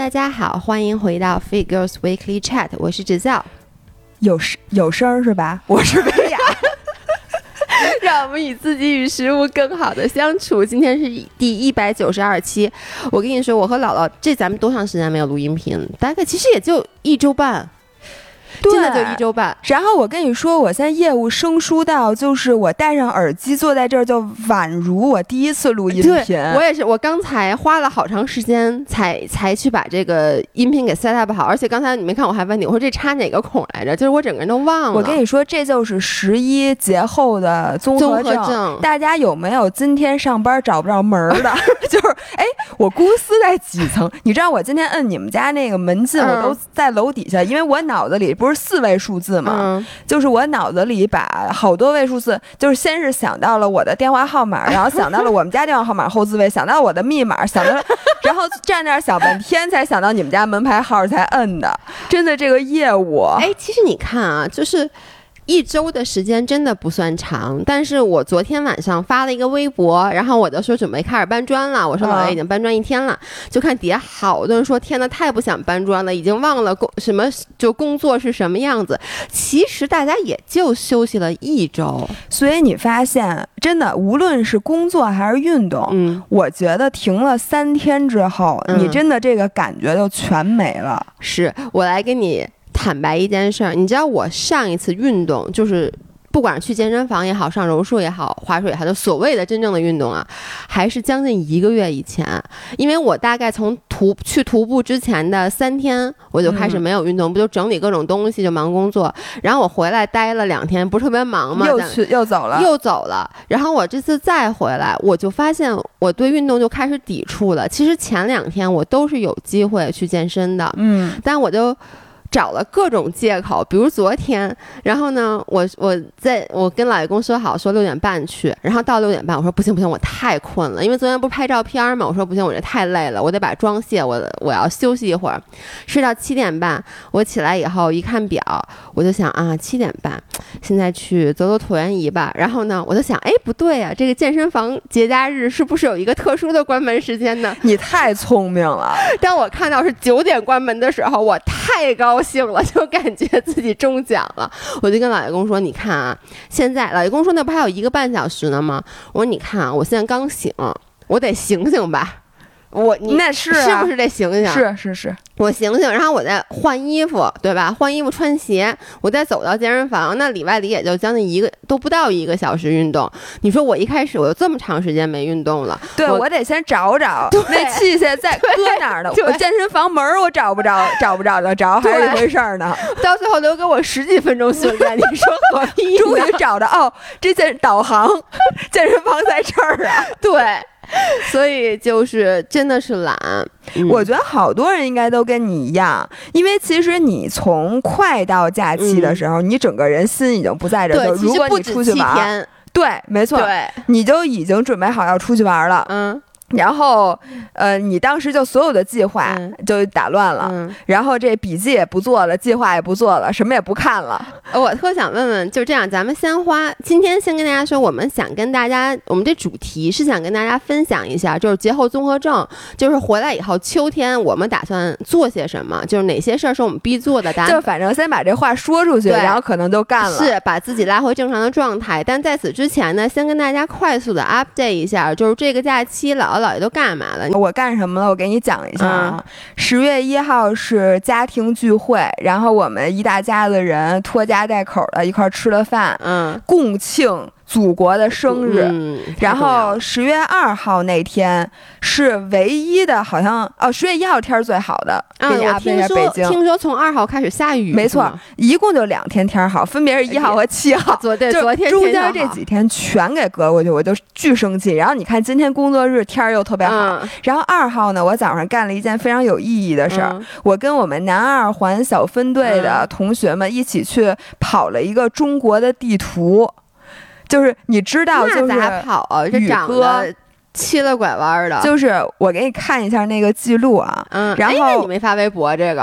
大家好，欢迎回到 Fit Girls Weekly Chat， 我是芷笑， 有声是吧？我是薇娅。 让我们与自己与食物更好的相处。今天是第192期，我跟你说，我和姥姥咱们多长时间没有录音频？大概其实也就1周半。真的就1周半。 然后我跟你说，我现在业务生疏到，就是我戴上耳机坐在这儿，就宛如我第一次录音频。 对，我也是，我刚才花了好长时间才去把这个音频给 set up 好，而且刚才你没看我还问你，我说这插哪个孔来着？就是我整个人都忘了。 我跟你说，这就是11节后的综合症。大家有没有今天上班找不着门的？就是我公司在几层？你知道我今天摁你们家那个门禁，我都在楼底下，因为我脑子里不是4位数字嘛，就是我脑子里把好多位数字，就是先是想到了我的电话号码，然后想到了我们家电话号码后字位，想到我的密码，想到了，然后站那儿想半天才想到你们家门牌号才摁的。真的这个业务， 其实你看啊，就是1周的时间真的不算长，但是我昨天晚上发了一个微博，然后我就说准备开始搬砖了，我说老爷已经搬砖1天了，就看底下好多人说天哪，太不想搬砖了，已经忘了工作是什么样子。其实大家也就休息了1周， 所以你发现真的无论是工作还是运动，我觉得停了3天之后，你真的这个感觉就全没了。 是我来跟你坦白一件事儿，你知道我上一次运动就是不管去健身房也好，上柔术也好，滑水也好，就所谓的真正的运动啊，还是将近1个月以前。因为我大概从去徒步之前的3天我就开始没有运动，不就整理各种东西，就忙工作，然后我回来待了2天，不是特别忙吗？ 又走了。然后我这次再回来，我就发现我对运动就开始抵触了。其实前2天我都是有机会去健身的，但我就找了各种借口，比如昨天，然后呢，我跟老爷公说好，说6点半去，然后到6点半，我说不行，我太困了，因为昨天不是拍照片嘛，我说不行，我这太累了，我得把妆卸，我要休息一会儿，睡到7点半，我起来以后一看表，我就想啊，7点半，现在去走椭圆仪吧，然后呢，我就想，不对啊，这个健身房节假日是不是有一个特殊的关门时间呢？你太聪明了， 当我看到是9点关门的时候，我太高兴了，就感觉自己中奖了。我就跟老爷公说，你看啊，现在老爷公说那不还有1个半小时呢吗？我说你看啊，我现在刚醒，我得醒醒吧。 那是不是得醒醒？ 是， 我醒醒，然后我再换衣服，对吧？换衣服穿鞋，我再走到健身房，那里外里也就将近都不到1个小时运动。你说我一开始我有这么长时间没运动了， 对，我得先找那器械在搁哪儿呢？我健身房门我找不着得着，还是一回事儿呢。 到最后留给我10几分钟训练，你说何必？ 终于找着这导航健身房在这儿啊！ 对。所以就是真的是懒， 我觉得好多人应该都跟你一样，因为其实你从快到假期的时候，你整个人心已经不在这儿。如果你出去玩，对，没错， 对， 你就已经准备好要出去玩了。然后你当时就所有的计划就打乱了，然后这笔记也不做了，计划也不做了，什么也不看了。 我特想问问，就这样，咱们今天先跟大家说，我们这主题是想跟大家分享一下，就是节后综合症，就是回来以后秋天我们打算做些什么，就是哪些事儿是我们必做的。 就反正先把这话说出去，然后可能就干了， 是把自己拉回正常的状态。但在此之前呢，先跟大家快速的 update 一下，就是这个假期姥姥爷都干嘛了？ 我干什么了？我给你讲一下啊。10月1号是家庭聚会，然后我们一大家子人拖家带口的一块吃了饭，共庆祖国的生日。然后10月2号那天是唯一的，好像10月1号天最好的。给你update一下北京。 听说从2号开始下雨。 没错，一共就2天天好，分别是1号和7号。 昨天中间这几天全给隔过去，我就巨生气。然后你看今天工作日天又特别好。然后2号呢，我早上干了一件非常有意义的事儿，我跟我们南2环小分队的同学们一起去跑了一个中国的地图。就是你知道，就是咋跑啊？这长得七了拐弯的。 就是我给你看一下那个记录啊，然后你没发微博这个。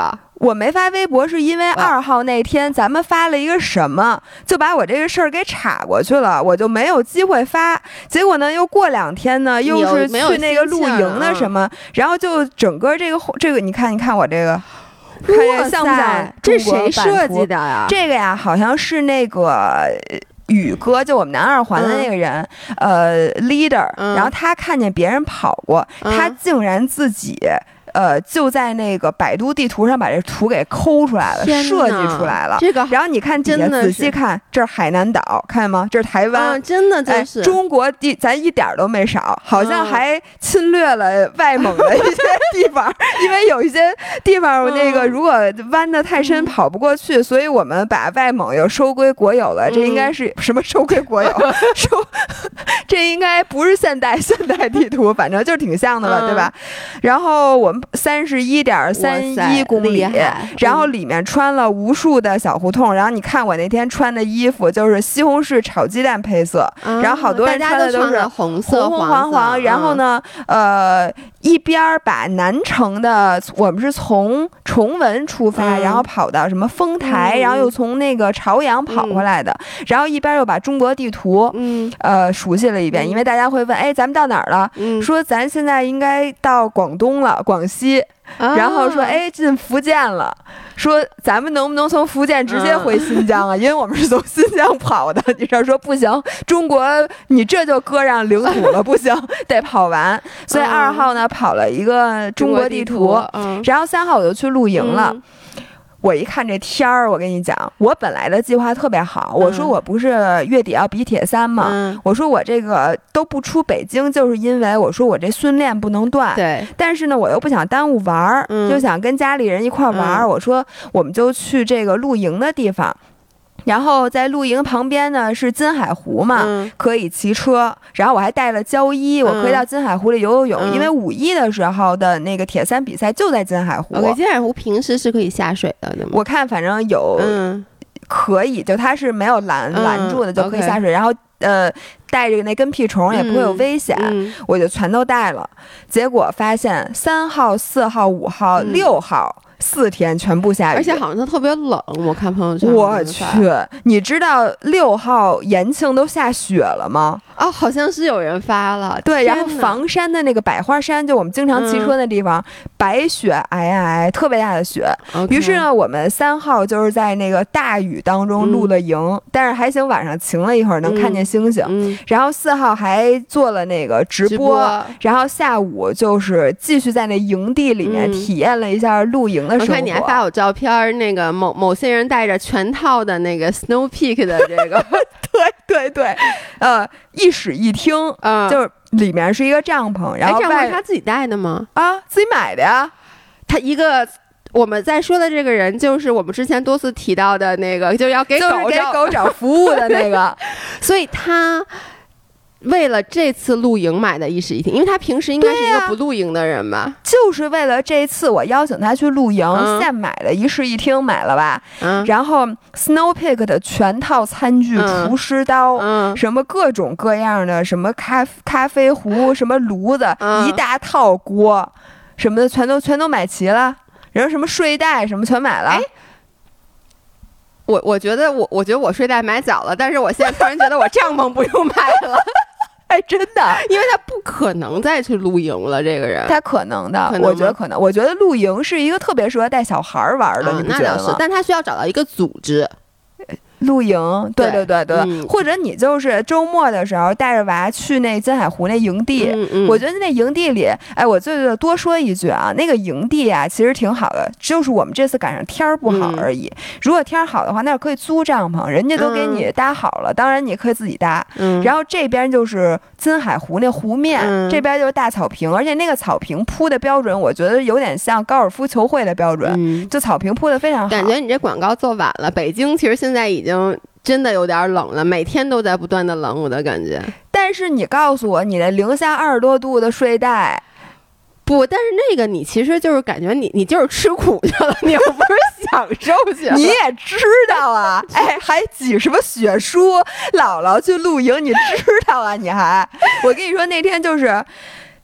我没发微博是因为2号那天咱们发了一个什么，就把我这个事儿给岔过去了，我就没有机会发。结果呢，又过2天呢，又是去那个露营的什么，然后就整个这个，你看我这个。看这像不像？ 这谁设计的呀？ 这个呀，好像是那个宇哥，就我们南二环的那个人，leader，然后他看见别人跑过，他竟然自己。就在那个百度地图上把这图给抠出来了，设计出来了。 这个， 然后你看底下仔细看，这是海南岛，看见吗？这是台湾， 真的就是、 中国咱一点都没少，好像还侵略了外蒙的一些地方，因为有一些地方那个如果弯得太深跑不过去，所以我们把外蒙又收归国有了。这应该是什么收归国有？这应该不是现代地图，反正就挺像的了，对吧？然后我们。31.31公里，然后里面穿了无数的小胡同，然后你看我那天穿的衣服就是西红柿炒鸡蛋配色，然后好多人穿的都是红色、 黄，然后呢，一边把南城的我们是从崇文出发，然后跑到什么丰台，然后又从那个朝阳跑回来的，然后一边又把中国地图熟悉了一遍，因为大家会问，哎，咱们到哪儿了？说咱现在应该到广东了，广西。然后说，哎，进福建了。说咱们能不能从福建直接回新疆啊？因为我们是从新疆跑的。你这说不行，中国你这就割让领土了，不行，得跑完。所以2号呢跑了一个中国地图，然后3号我就去露营了。我一看这天儿，我跟你讲，我本来的计划特别好。我说我不是月底要比铁3吗？我说我这个都不出北京，就是因为我说我这训练不能断。 对。 但是呢，我又不想耽误玩，就想跟家里人一块玩。我说我们就去这个露营的地方。然后在露营旁边呢是金海湖嘛，可以骑车。然后我还带了胶衣，我可以到金海湖里游泳。因为5·1的时候的那个铁3比赛就在金海湖。 金海湖平时是可以下水的，对吗？ 我看反正有，可以，就它是没有拦住的，就可以下水。然后带着那跟屁虫也不会有危险，我就全都带了。结果发现3号、4号、5号、6号。4天全部下雨， 而且好像它特别冷。我看朋友圈， 我去，你知道6号延庆都下雪了吗？ 哦，好像是有人发了。 对，然后房山的那个百花山，就我们经常骑车的地方，白雪皑皑，特别大的雪。于是呢，我们3号就是在那个大雨当中露了营，但是还行，晚上晴了一会儿能看见星星。然后4号还做了那个直播，然后下午就是继续在那营地里面体验了一下露营的生活。 我看你还发我照片，那个某些人带着全套的那个 Snow Peak 的这个， 对，一室一厅，就是里面是一个帐篷，然后帐篷是他自己带的吗？ 啊，自己买的呀。 他一个我们在说的这个人，就是我们之前多次提到的那个，就是要给狗找服务的那个， 所以他。为了这次露营买的一室一厅，因为他平时应该是一个不露营的人吧？ 就是为了这次我邀请他去露营，现买的一室一厅买了吧？然后 Snow Peak 的全套餐具、厨师刀，什么各种各样的，什么咖啡壶，什么炉子，一大套锅，什么的全都买齐了。然后什么睡袋什么全买了。 我觉得我睡袋买早了，但是我现在突然觉得我帐篷不用买了。 哎，真的， 因为他不可能再去露营了。这个人， 他可能的，我觉得可能。我觉得露营是一个特别适合带小孩玩的，你不觉得吗？ 那倒是，但他需要找到一个组织。 露营，对，或者你就是周末的时候带着娃去那金海湖那营地，我觉得那营地里，哎，我最多说一句啊，那个营地啊其实挺好的，就是我们这次赶上天儿不好而已。如果天儿好的话，那可以租帐篷，人家都给你搭好了，当然你可以自己搭。然后这边就是金海湖那湖面，这边就是大草坪，而且那个草坪铺的标准，我觉得有点像高尔夫球会的标准，就草坪铺的非常好。 感觉你这广告做晚了，北京其实现在已经真的有点冷了，每天都在不断的冷，我的感觉。 但是你告诉我，你那零下20多度的睡袋， 不，但是那个你其实就是感觉你就是吃苦去了，你又不是享受去了。 你也知道啊，哎，还挤什么血书，姥姥去露营，你知道啊？你还，我跟你说那天就是。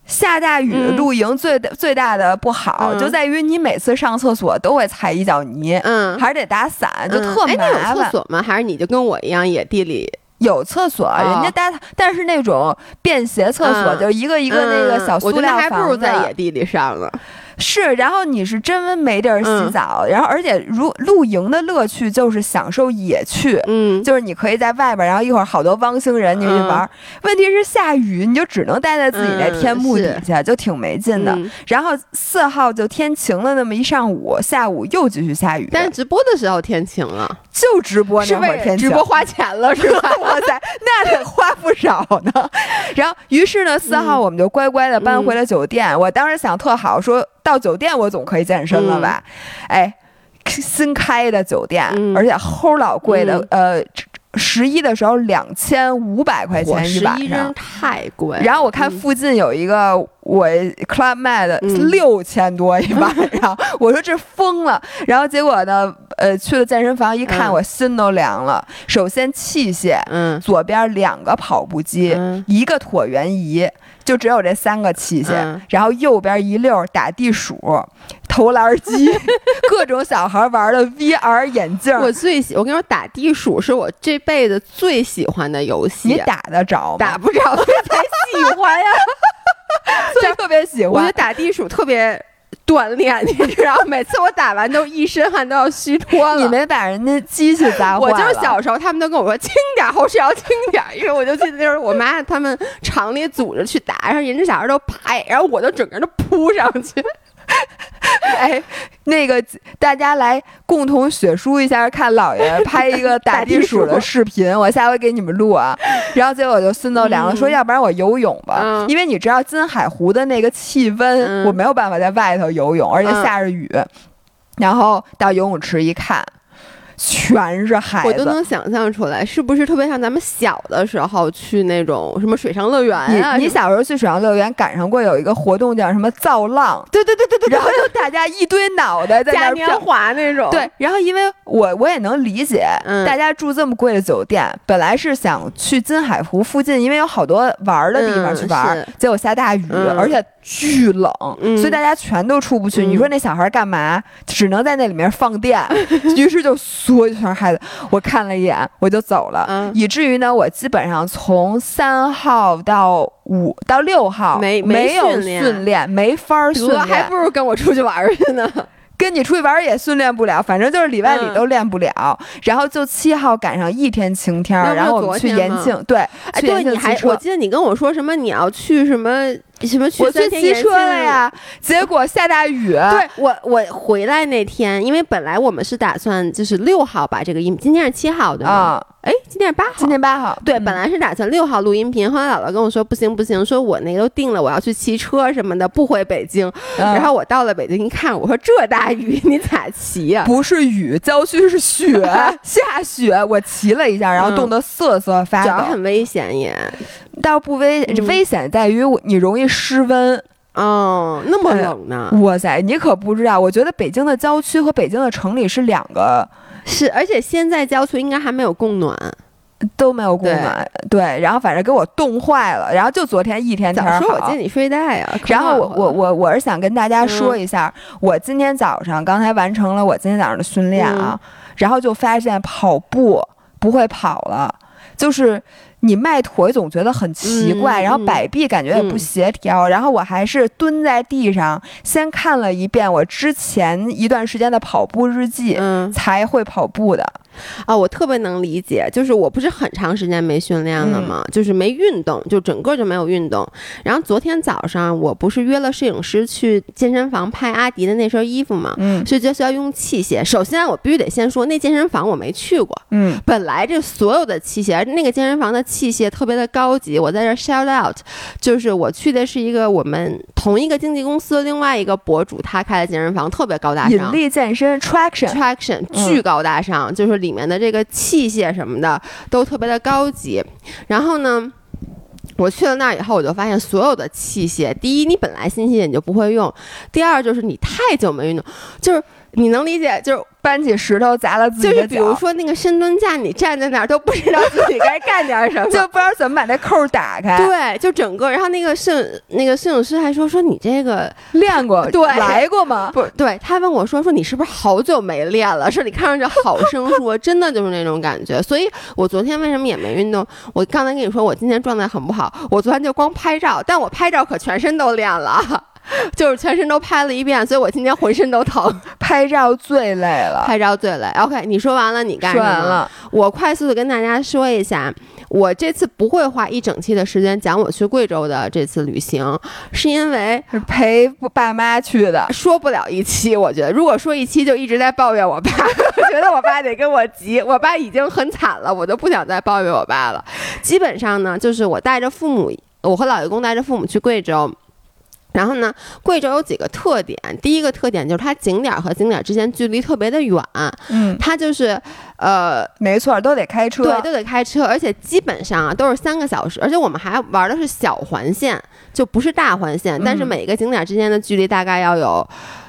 下大雨露营最大的不好就在于你每次上厕所都会踩一脚泥，还是得打伞，就特麻烦。 有厕所吗？还是你就跟我一样野地里？ 有厕所，人家但是那种便携厕所，就一个一个那个小塑料房子， 我觉得还不如在野地里上呢。 是，然后你是真没地儿洗澡，然后而且露营的乐趣就是享受野趣，就是你可以在外边，然后一会儿好多汪星人你去玩，问题是下雨你就只能待在自己那天幕底下，就挺没劲的。然后4号就天晴了那么一上午，下午又继续下雨， 但是直播的时候天晴了， 就直播那会儿天晴， 直播花钱了是吧？ 哇塞，那得花不少呢。然后于是呢，4号我们就乖乖的搬回了酒店。我当时想特好说。到酒店我总可以健身了吧？哎，新开的酒店，而且齁老贵的，11的时候2500块钱一晚上， 真太贵。 然后我看附近有一个我 Club Med 6000多一晚上，我说这疯了。然后结果呢，去了健身房一看，我心都凉了。首先器械，左边2个跑步机，一个椭圆仪。就只有这3个器械，然后右边一溜打地鼠、投篮机，各种小孩玩的 VR 眼镜。 我跟你说，打地鼠是我这辈子最喜欢的游戏。 你打得着吗？ 打不着，所以才喜欢呀。 所以特别喜欢。 我觉得打地鼠特别锻炼，你知道，每次我打完都一身汗，都要虚脱了。 你没把人家机器砸坏了？ 我就是小时候，他们都跟我说轻点，后视要轻点，因为我就记得那时候我妈他们厂里组织去打，然后人家小孩都拍，然后我就整个人都扑上去。 哎，那个大家来共同血书一下，看姥爷拍一个打地鼠的视频，我下回给你们录啊。然后结果我就心都凉了，说要不然我游泳吧，因为你知道金海湖的那个气温，我没有办法在外头游泳，而且下着雨。然后到游泳池一看。全是孩子， 我都能想象出来，是不是特别像咱们小的时候去那种什么水上乐园啊？ 你小时候去水上乐园赶上过有一个活动叫什么造浪？ 对， 然后就大家一堆脑袋在那嘉年华那种。 对，然后因为我也能理解，大家住这么贵的酒店，本来是想去金海湖附近，因为有好多玩的地方去玩，结果下大雨，而且巨冷，所以大家全都出不去。你说那小孩干嘛？只能在那里面放电，于是就所有全是孩子。我看了一眼，我就走了，以至于呢，我基本上从3号到5到6号没有训练，没法训练， 还不如跟我出去玩去呢。 跟你出去玩也训练不了，反正就是里外里都练不了。然后就7号赶上一天晴天，然后我们去延庆，对， 对，你还我记得你跟我说什么你要去什么去我去骑车了呀，结果下大雨。 对，我回来那天，因为本来我们是打算就是6号把这个音，今天是7号对吗？哎，今天是8号， 今天8号。 对，本来是打算6号录音频，后来姥姥跟我说不行，说我那个都定了，我要去骑车什么的，不回北京。然后我到了北京一看，我说这大雨你咋骑呀？ 不是雨，郊区是雪，下雪。我骑了一下，然后冻得瑟瑟发抖， 主要很危险也。 倒不危险在于你容易失温。 那么冷呢？ 哇塞，你可不知道，我觉得北京的郊区和北京的城里是2个。 是，而且现在郊区应该还没有供暖， 都没有供暖。对，然后反正给我冻坏了。然后就昨天一天天好。 早说我借你睡袋啊！ 然后我是想跟大家说一下，我今天早上刚才完成了我今天早上的训练啊，然后就发现跑步不会跑了，就是你迈腿总觉得很奇怪，然后摆臂感觉也不协调，然后我还是蹲在地上先看了一遍我之前一段时间的跑步日记，才会跑步的。 我特别能理解，就是我不是很长时间没训练了吗？就是没运动，就整个就没有运动。然后昨天早上我不是约了摄影师去健身房拍阿迪的那身衣服嘛，所以就是要用器械。首先我必须得先说，那健身房我没去过，本来这所有的器械，那个健身房的器械特别的高级。我在这 shout out， 就是我去的是一个我们同一个经纪公司另外一个博主他开的健身房，特别高大上， 引力健身 traction 巨高大上，就是里面的这个器械什么的都特别的高级。然后呢，我去了那儿以后，我就发现所有的器械，第一，你本来新器械你就不会用；第二，就是你太久没运动，就是你能理解，就是搬起石头砸了自己的脚， 就是比如说那个深蹲架，你站在那儿都不知道自己该干点什么， 就不知道怎么把那扣打开。 对，就整个，然后那个摄影师还说你这个练过， 对， 来过吗？ 不对，他问我说你是不是好久没练了？说你看上去好生疏，真的就是那种感觉。所以我昨天为什么也没运动？我刚才跟你说我今天状态很不好，我昨天就光拍照，但我拍照可全身都练了。就是全身都拍了一遍，所以我今天浑身都疼。 拍照最累了， 拍照最累。OK， 你说完了，你干什么？ 说完了， 我快速的跟大家说一下，我这次不会花一整期的时间讲我去贵州的这次旅行，是因为是陪爸妈去的， 说不了一期。我觉得如果说一期就一直在抱怨我爸，我觉得我爸得跟我急。我爸已经很惨了，我就不想再抱怨我爸了。基本上呢，就是我带着父母，我和老爷公带着父母去贵州。然后呢，贵州有几个特点。第一个特点就是它景点和景点之间距离特别的远，它就是没错，都得开车， 对，都得开车，而且基本上啊都是3个小时，而且我们还玩的是小环线，就不是大环线，但是每个景点之间的距离大概要有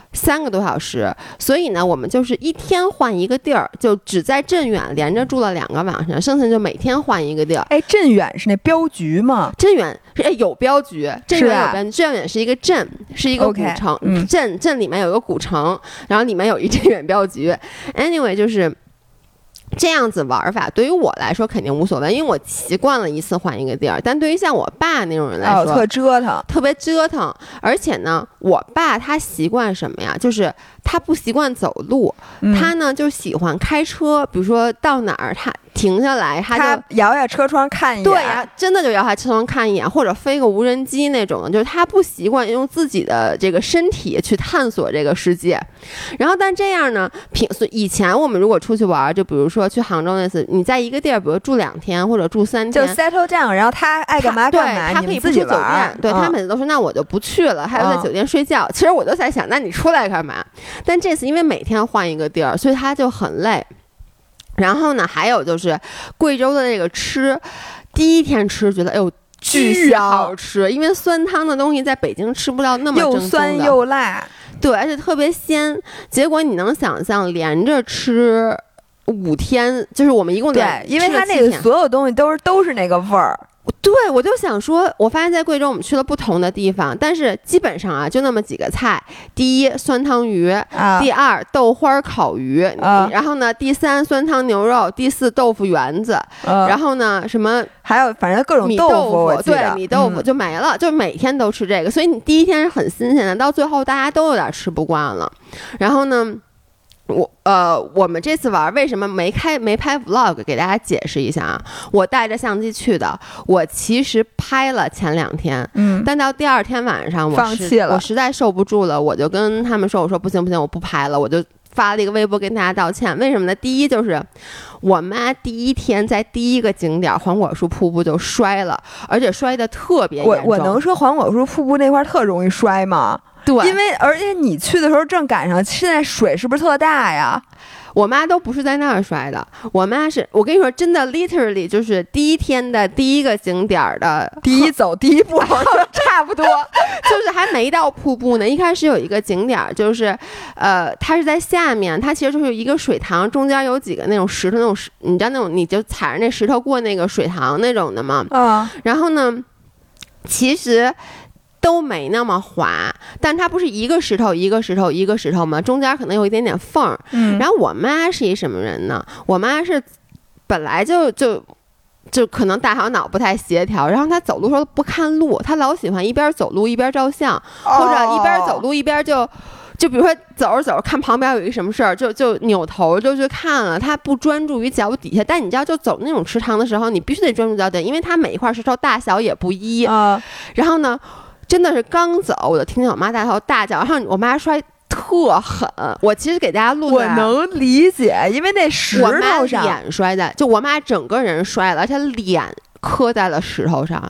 3个多小时，所以呢，我们就是一天换一个地儿，就只在镇远连着住了2个晚上，剩下就每天换一个地儿。 哎，镇远是那镖局吗？ 镇远是有镖局，镇远有镖局，镇远是一个镇，是一个古城，镇里面有一个古城，然后里面有一镇远镖局。Anyway， 就是这样子玩法，对于我来说肯定无所谓，因为我习惯了一次换一个地儿。但对于像我爸那种人来说， 特折腾， 特别折腾。而且呢，我爸他习惯什么呀？就是他不习惯走路，他呢就喜欢开车。比如说到哪儿，他停下来，他就摇下车窗看一眼。 对呀，真的就摇下车窗看一眼，或者飞个无人机那种的。就是他不习惯用自己的这个身体去探索这个世界。然后，但这样呢，以前我们如果出去玩，就比如说去杭州那次，你在一个地儿，比如住2天或者住3天， 就 settle down， 然后他爱干嘛干嘛， 他可以自己玩。 对，他每次都说那我就不去了，还有在酒店睡觉。其实我就在想，那你出来干嘛？但这次因为每天换一个地儿，所以他就很累。然后呢，还有就是贵州的这个吃，第一天吃觉得哎呦巨好吃，因为酸汤的东西在北京吃不到那么正宗的， 又酸又辣， 对，而且特别鲜。结果你能想象连着吃5天，就是我们一共对，因为它那个所有东西都是那个味儿。 对，我就想说，我发现在贵州我们去了不同的地方，但是基本上啊就那么几个菜：第一酸汤鱼，第二豆花烤鱼，然后呢第3酸汤牛肉，第4豆腐圆子，然后呢什么还有反正各种米豆腐，对，米豆腐就没了，就每天都吃这个，所以你第一天是很新鲜的，到最后大家都有点吃不惯了。然后呢，我们这次玩为什么没拍 vlog， 给大家解释一下啊。我带着相机去的，我其实拍了前2天，但到第2天晚上放弃了， 我实在受不住了，我就跟他们说，我说不行，我不拍了，我就发了一个微博跟大家道歉。为什么呢？第一就是我妈第一天在第一个景点黄果树瀑布就摔了，而且摔得特别严重。 我能说黄果树瀑布那块特容易摔吗？ 对， 而且你去的时候正赶上，现在水是不是特大呀？ 我妈都不是在那儿摔的，我妈是我跟你说真的 literally 就是第一天的第一个景点的第一走第一步差不多就是还没到瀑布呢。一开始有一个景点就是它是在下面，它其实就是一个水塘，中间有几个那种石头，那种你知道那种你就踩着那石头过那个水塘那种的吗？然后呢其实都没那么滑，但它不是一个石头一个石头一个石头吗？中间可能有一点点缝。然后我妈是一什么人呢？我妈是本来就可能大小脑不太协调，然后她走路时候不看路，她老喜欢一边走路一边照相，或者一边走路一边就比如说走着走着看旁边有一什么事儿，就扭头就去看了，他不专注于脚底下。但你知道，就走那种池塘的时候，你必须得专注脚底，因为它每一块石头大小也不一。然后呢，真的是刚走，我就听见我妈大叫，然后我妈摔特狠。我其实给大家录的， 我能理解，因为那石头上脸摔的，就我妈整个人摔了，而且脸磕在了石头上。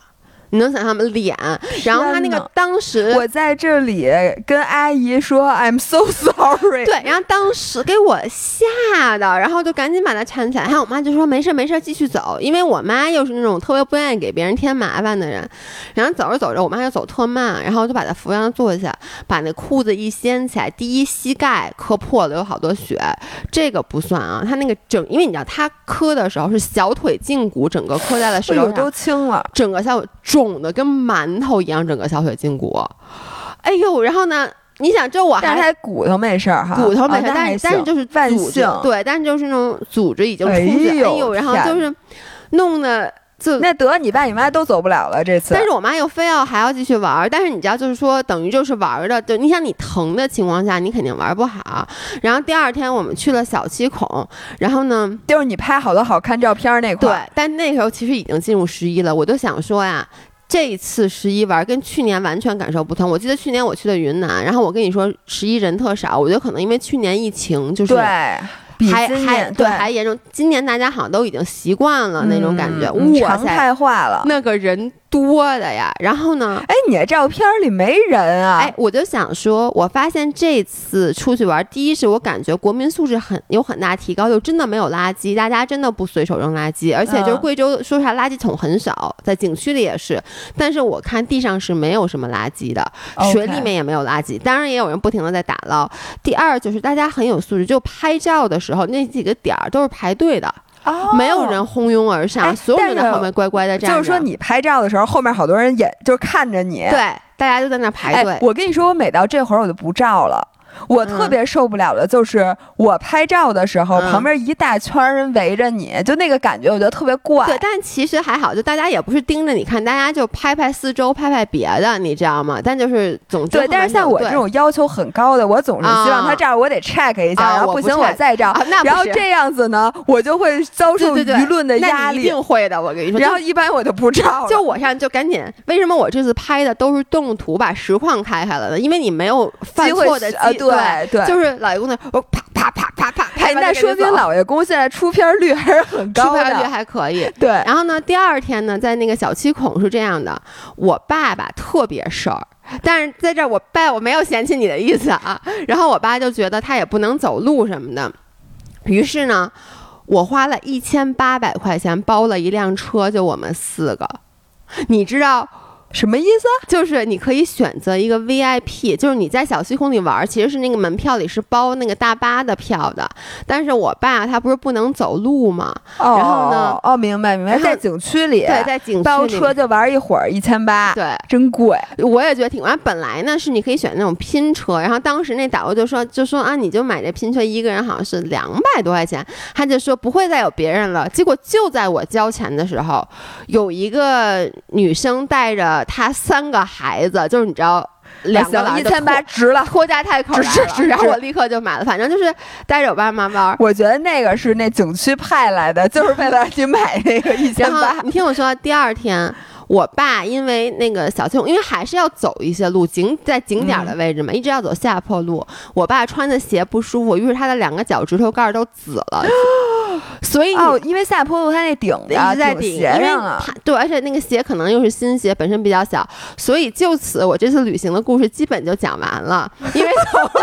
你能想象吗？脸，然后他那个当时我在这里跟阿姨说 I'm so sorry， 对，然后当时给我吓的，然后就赶紧把他搀起来，然后我妈就说没事没事继续走，因为我妈又是那种特别不愿意给别人添麻烦的人，然后走着走着我妈就走特慢，然后就把他扶上坐下，把那裤子一掀起来，第一膝盖磕破了有好多血，这个不算啊，他那个因为你知道他磕的时候是小腿胫骨整个磕在了石头上， 都青了， 整个小腿肿的跟馒头一样，整个小腿胫骨，哎呦，然后呢？你想，这我还， 但是他骨头没事哈， 骨头没事，但是就是万幸，对，但是就是那种组织已经出去，哎呦，然后就是弄的。 那得你爸你妈都走不了了这次， 但是我妈又非要还要继续玩，但是你知道就是说等于就是玩的，就你想你疼的情况下你肯定玩不好。然后第二天我们去了小七孔，然后呢就是你拍好多好看照片那块， 对，但那时候其实已经进入11了，我就想说呀。这一次11玩跟去年完全感受不同。我记得去年我去的云南，然后我跟你说11人特少，我觉得可能因为去年疫情就是对。 还严重，今年大家好像都已经习惯了那种感觉， 常态化了， 那个人多的呀。然后呢， 哎，你的照片里没人啊？ 哎，我就想说，我发现这次出去玩，第一是我感觉国民素质有很大提高，就真的没有垃圾，大家真的不随手扔垃圾，而且就是贵州说实话垃圾桶很少，在景区里也是，但是我看地上是没有什么垃圾的，水里面也没有垃圾，当然也有人不停的在打捞。第二就是大家很有素质，就拍照的时候那几个点儿都是排队的。没有人蜂拥而上，所有人在后面乖乖的站着。 就是说，你拍照的时候，后面好多人就是看着你， 对，大家就在那排队。 我跟你说，我每到这会儿我就不照了。我特别受不了的就是我拍照的时候，旁边一大圈人围着你，就那个感觉，我觉得特别怪。 对，但其实还好，就大家也不是盯着你看，大家就拍拍四周，拍拍别的，你知道吗？但就是总之对，但是像我这种要求很高的，我总是希望他这样，我得 check 一下，然后不行我再照，然后这样子呢，我就会遭受舆论的压力。 一定会的，我跟你说。 然后一般我就不照了。 就我上就赶紧，为什么我这次拍的都是动图，把实况开开了呢？因为你没有犯错的机会， 对， 就是老爷公那我啪啪啪啪啪， 哎，那说明老爷公现在出片率还是很高的， 出片率还可以。 对， 然后呢，第二天呢，在那个小七孔是这样的，我爸爸特别事儿。但是在这儿，我没有嫌弃你的意思啊。然后我爸就觉得他也不能走路什么的，于是呢，我花了1800块钱包了一辆车，就我们4个。你知道什么意思？ 就是你可以选择一个 VIP， 就是你在小七孔里玩，其实是那个门票里是包那个大巴的票的。但是我爸他不是不能走路吗？然后呢？ 明白，在景区里， 对，在景区里包车就玩一会儿，1800， 对， 真贵。 我也觉得挺贵。本来呢是你可以选那种拼车，然后当时那导游就说啊，你就买这拼车，一个人好像是200多块钱，他就说不会再有别人了。结果就在我交钱的时候，有一个女生带着他3个孩子，就是你知道2个 1800值了， 拖家带口来了，然后我立刻就买了，反正就是带着我爸妈玩。 我觉得那个是那景区派来的，就是为了你买那个1800。 然后你听我说，第二天我爸因为那个小七孔，因为还是要走一些路，在景点的位置嘛，一直要走下坡路。我爸穿的鞋不舒服，于是他的2个脚趾头盖都紫了。所以因为下坡路它那顶一直在顶鞋上了， 对，而且那个鞋可能又是新鞋，本身比较小，所以就此我这次旅行的故事基本就讲完了。因为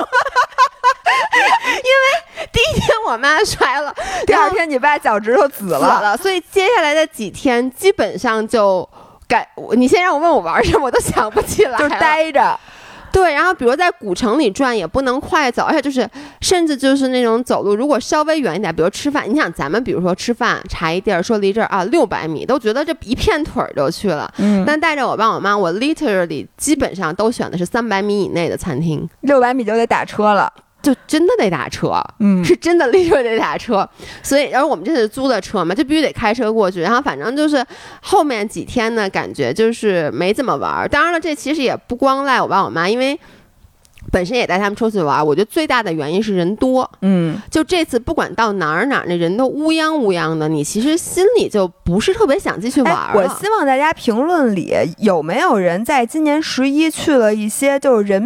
第一天我妈摔了， 第二天你爸脚趾头紫了， 所以接下来的几天基本上就你先让我问我玩什么，我都想不起来了， 就待着。 对，然后比如在古城里转也不能快走，而且就是甚至就是那种走路，如果稍微远一点，比如吃饭，你想咱们比如说吃饭查一地儿，说离这儿啊600米，都觉得这一片腿儿就去了。但带着我爸我妈，我 literally 基本上都选的是300米以内的餐厅 ，600米就得打车了。 就真的得打车，是真的立刻得打车，所以然后我们这是租的车嘛，就必须得开车过去，然后反正就是后面几天呢，感觉就是没怎么玩。当然了，这其实也不光赖我爸我妈，因为本身也带他们出去玩，我觉得最大的原因是人多。就这次不管到哪儿那人都乌泱乌泱的，你其实心里就不是特别想继续玩了。 我希望大家评论里有没有人在今年11去了一些就是人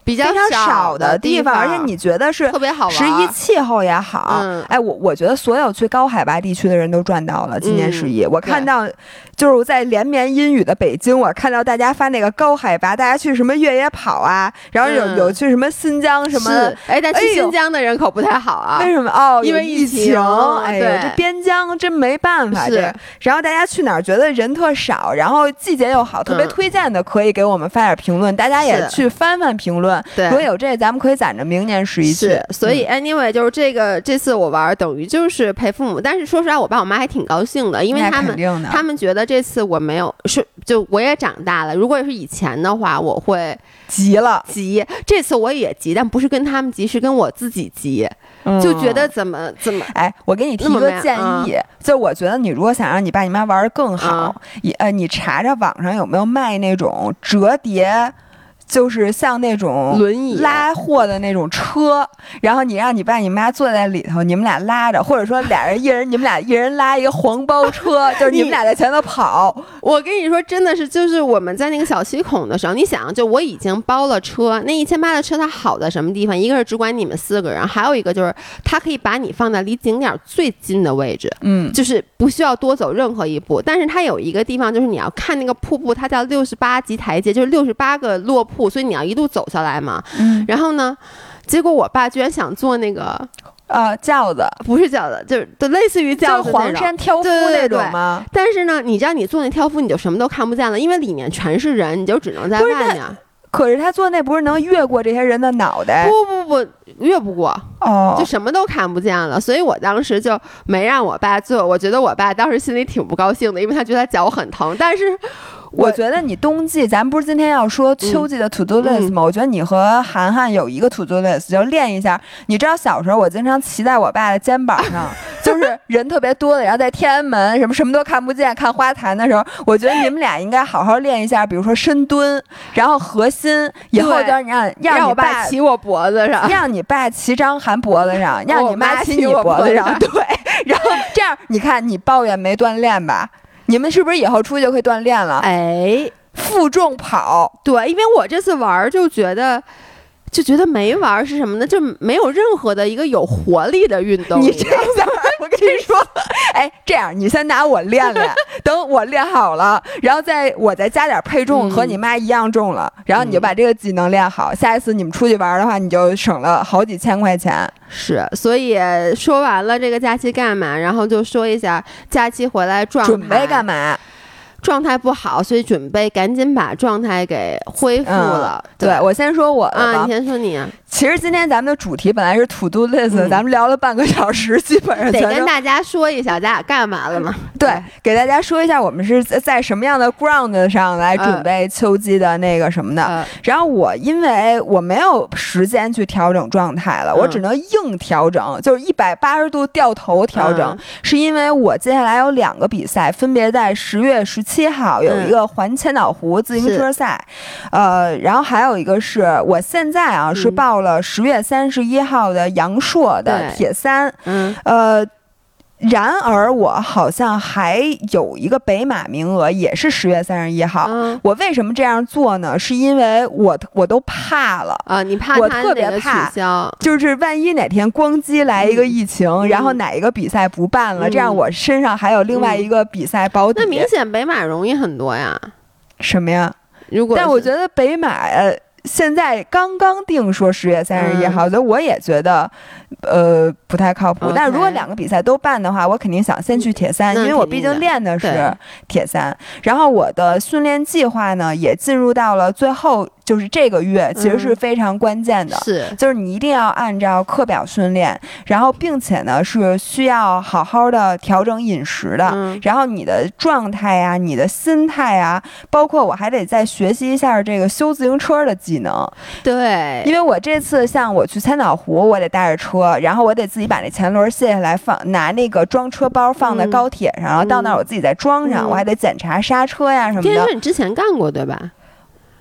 比较少的地方，而且你觉得是特别好玩， 十一气候也好。哎，我觉得所有去高海拔地区的人都赚到了。今年十一，我看到就是在连绵阴雨的北京，我看到大家发那个高海拔，大家去什么越野跑啊，然后有去什么新疆什么的。 哎，但去新疆的人可不太好啊。 为什么？哦， 因为疫情。哎呦，这边疆真没办法。 是。 然后大家去哪儿觉得人特少，然后季节又好，特别推荐的，可以给我们发点评论，大家也去翻翻评论。 对， 如果有这，咱们可以攒着明年11去。 是，所以 anyway 就是这次我玩等于就是陪父母，但是说实话，我爸我妈还挺高兴的，因为他们觉得这次我没有就我也长大了。如果是以前的话，我会急。这次我也急，但不是跟他们急，是跟我自己急。就觉得怎么哎，我给你提一个建议，就我觉得你如果想让你爸你妈玩得更好，你查查网上有没有卖那种折叠。就是像那种轮椅拉货的那种车，然后你让你爸你妈坐在里头，你们俩拉着，或者说你们俩一人拉一个黄包车，就是你们俩在前头跑。 我跟你说，真的是，就是我们在那个小七孔的时候，你想，就我已经包了车，那1800的车它好在什么地方？一个是只管你们4个人，还有一个就是它可以把你放在离景点最近的位置，就是不需要多走任何一步。但是它有一个地方，就是你要看那个瀑布，它叫68级台阶，就是68个落瀑。所以你要一路走下来嘛，然后呢，结果我爸居然想坐那个轿子， 不是轿子，就是类似于轿子那种， 黄山挑夫那种吗？ 对。但是呢，你知道你坐那挑夫，你就什么都看不见了，因为里面全是人，你就只能在外面。 可是他坐那不是能越过这些人的脑袋？ 不，越不过就什么都看不见了。所以我当时就没让我爸坐。我觉得我爸当时心里挺不高兴的，因为他觉得他脚很疼，但是。 我觉得你冬季，咱不是今天要说秋季的 to do list 吗？我觉得你和涵涵有一个 to do list， 就练一下。你知道小时候我经常骑在我爸的肩膀上，就是人特别多的，然后在天安门什么都看不见，看花坛的时候，我觉得你们俩应该好好练一下，比如说深蹲，然后核心，以后就让我爸骑我脖子上， 让你爸骑张涵脖子上，让你妈骑你脖子上，对，然后这样你看你抱怨没锻炼吧？你们是不是以后出去就可以锻炼了？ 哎， 负重跑， 对，因为我这次玩就觉得没玩是什么呢？就没有任何的一个有活力的运动。 你这样，我跟你说，哎，这样你先拿我练练，等我练好了，然后我再加点配重，和你妈一样重了，然后你就把这个技能练好。下一次你们出去玩的话，你就省了好几千块钱。 是，所以说完了这个假期干嘛，然后就说一下假期回来准备干嘛。 状态不好，所以准备赶紧把状态给恢复了。 对，我先说我的吧。 你先说你。 其实今天咱们的主题本来是 to do list，咱们聊了半个小时，基本上得跟大家说一下咱俩干嘛了嘛。 对，给大家说一下我们是在什么样的 ground 上来准备秋季的那个什么的。然后因为我没有时间去调整状态了，我只能硬调整，就是180度掉头调整。是因为我接下来有2个比赛，分别在10月17号有一个环千岛湖自行车赛，然后还有一个是我现在是报了10月31号的阳朔的铁三，然而我好像还有一个北马名额，也是10月31号。我为什么这样做呢？是因为我都怕了啊！你怕我特别怕，就是万一哪天咣叽来一个疫情，然后哪一个比赛不办了，这样我身上还有另外一个比赛保底。 那明显北马容易很多呀。 什么呀？ 但我觉得北马现在刚刚定说10月31号，所以我也觉得不太靠谱。但是如果2个比赛都办的话，我肯定想先去铁三，因为我毕竟练的是铁三。然后我的训练计划呢也进入到了最后，就是这个月其实是非常关键的，就是你一定要按照课表训练，然后并且呢是需要好好的调整饮食的，然后你的状态啊，你的心态啊，包括我还得再学习一下这个修自行车的技能。 对， 因为我这次像我去千岛湖，我得带着车，然后我得自己把那前轮卸下来拿那个装车包放在高铁上，然后到那儿我自己再装上，我还得检查刹车呀什么的。 这是你之前干过对吧？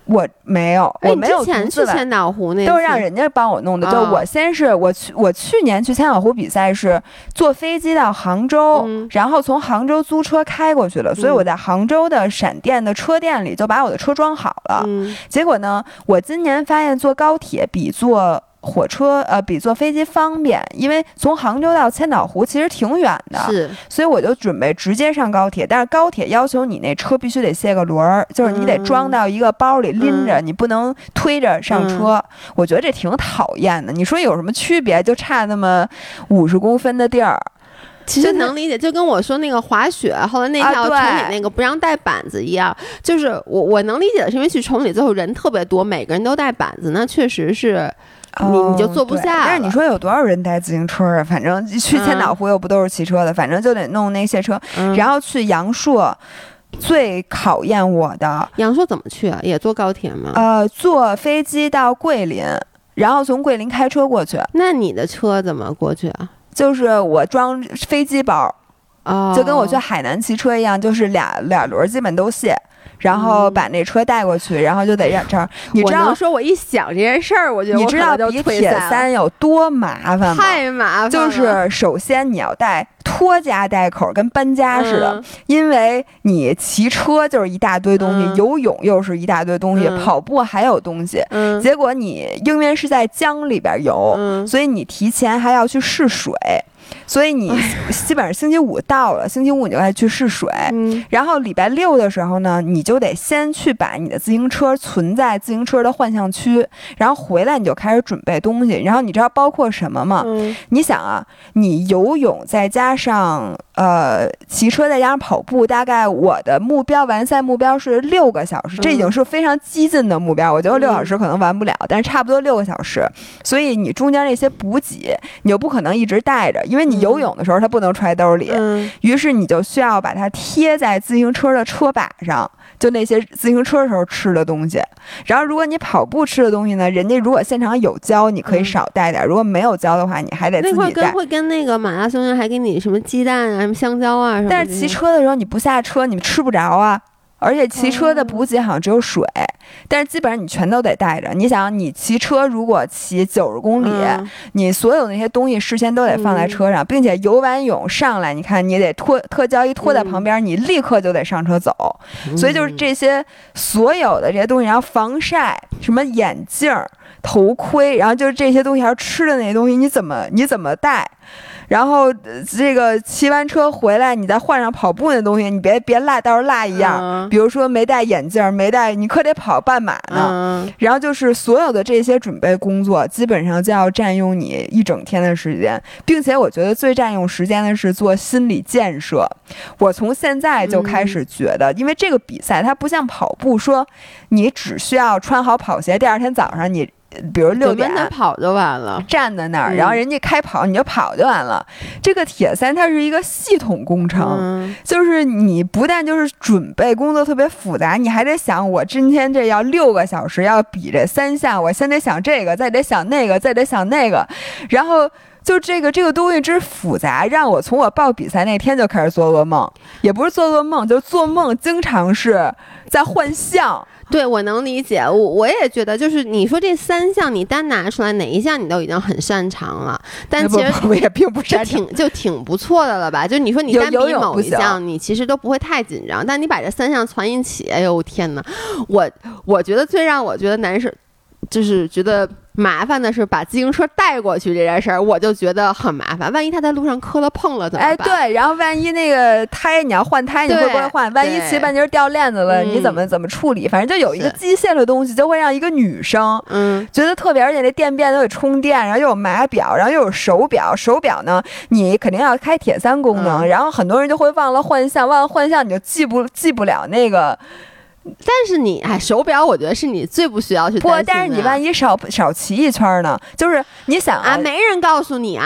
我没有，我没有之前去千岛湖那都是让人家帮我弄的。就我先是我去年去千岛湖比赛是坐飞机到杭州，然后从杭州租车开过去了，所以我在杭州的闪电的车店里就把我的车装好了。结果呢，我今年发现坐高铁比坐火车比坐飞机方便，因为从杭州到千岛湖其实挺远的， 是， 所以我就准备直接上高铁。但是高铁要求你那车必须得卸个轮儿，就是你得装到一个包里拎着，你不能推着上车。我觉得这挺讨厌的。你说有什么区别？就差那么50公分的地儿。 其实能理解，就跟我说那个滑雪，后来那条崇礼那个不让带板子一样，就是我能理解的是，因为去崇礼最后人特别多，每个人都带板子，那确实是你就坐不下。 但是你说有多少人带自行车啊？反正去千岛湖又不都是骑车的，反正就得弄那卸车，然后去阳朔。最考验我的阳朔怎么去啊？也坐高铁吗？ 坐飞机到桂林，然后从桂林开车过去。 那你的车怎么过去啊？ 就是我装飞机包，就跟我去海南骑车一样，就是俩轮基本都卸，然后把那车带过去，然后就得让这儿。你知道， 说我一想这件事儿，我觉得你知道比铁三有多麻烦吗？ 太麻烦了。 就是首先你要带拖家带口，跟搬家似的，因为你骑车就是一大堆东西，游泳又是一大堆东西，跑步还有东西，结果你因为是在江里边游，所以你提前还要去试水。所以你基本上星期五到了，星期五你就该去试水，然后礼拜六的时候呢，你就得先去把你的自行车存在自行车的换向区，然后回来你就开始准备东西。然后你知道包括什么吗？你想啊，你游泳再加上骑车再加上跑步，大概我的目标完赛目标是6个小时，这已经是非常激进的目标。我觉得6小时可能完不了，但是差不多6个小时。所以你中间那些补给，你又不可能一直带着，因为你游泳的时候它不能揣兜里，于是你就需要把它贴在自行车的车把上，就那些自行车时候吃的东西。然后如果你跑步吃的东西呢，人家如果现场有教，你可以少带点；如果没有教的话，你还得自己带。 会跟那个马拉松还给你什么鸡蛋啊、什么香蕉啊什么。 但是骑车的时候你不下车，你吃不着啊。而且骑车的补给好像只有水，但是基本上你全都得带着。你想，你骑车如果骑90公里，你所有那些东西事先都得放在车上，并且游完泳上来，你看你得特胶一拖在旁边，你立刻就得上车走。所以就是这些所有的这些东西，然后防晒、什么眼镜、头盔，然后就是这些东西，还有吃的那些东西，你怎么带？然后这个骑完车回来，你再换上跑步那东西，你别落，到时候落一样。比如说没戴眼镜，没戴，你可得跑半马呢。然后就是所有的这些准备工作，基本上就要占用你一整天的时间，并且我觉得最占用时间的是做心理建设。我从现在就开始觉得，因为这个比赛它不像跑步，说你只需要穿好跑鞋，第二天早上你。比如6点跑就完了， 站在那儿，然后人家开跑，你就跑就完了。这个铁三它是一个系统工程，就是你不但就是准备工作特别复杂，你还得想我今天这要6个小时要比这3项，我先得想这个，再得想那个，再得想那个，然后。就这个东西之复杂，让我从我报比赛那天就开始做噩梦，也不是做噩梦，就是做梦，经常是在幻象。 对，我能理解，我也觉得，就是你说这3项你单拿出来，哪一项你都已经很擅长了，但其实我也并不擅长， 就挺不错的了吧？就你说你单比某一项，你其实都不会太紧张，但你把这3项攒一起，哎呦天哪！我觉得最让我觉得难受，就是觉得麻烦的是把自行车带过去这件事儿，我就觉得很麻烦。万一他在路上磕了碰了怎么办？ 对，然后万一那个胎你要换胎，你会不会换？万一骑半截掉链子了，你怎么处理？反正就有一个机械的东西，就会让一个女生觉得特别，而且这电变都得充电，然后又有码表，然后又有手表。手表呢，你肯定要开铁三功能，然后很多人就会忘了换向，忘了换向你就记不了那个。 但是你手表我觉得是你最不需要去担心的。 但是你万一少骑一圈呢？就是你想没人告诉你啊。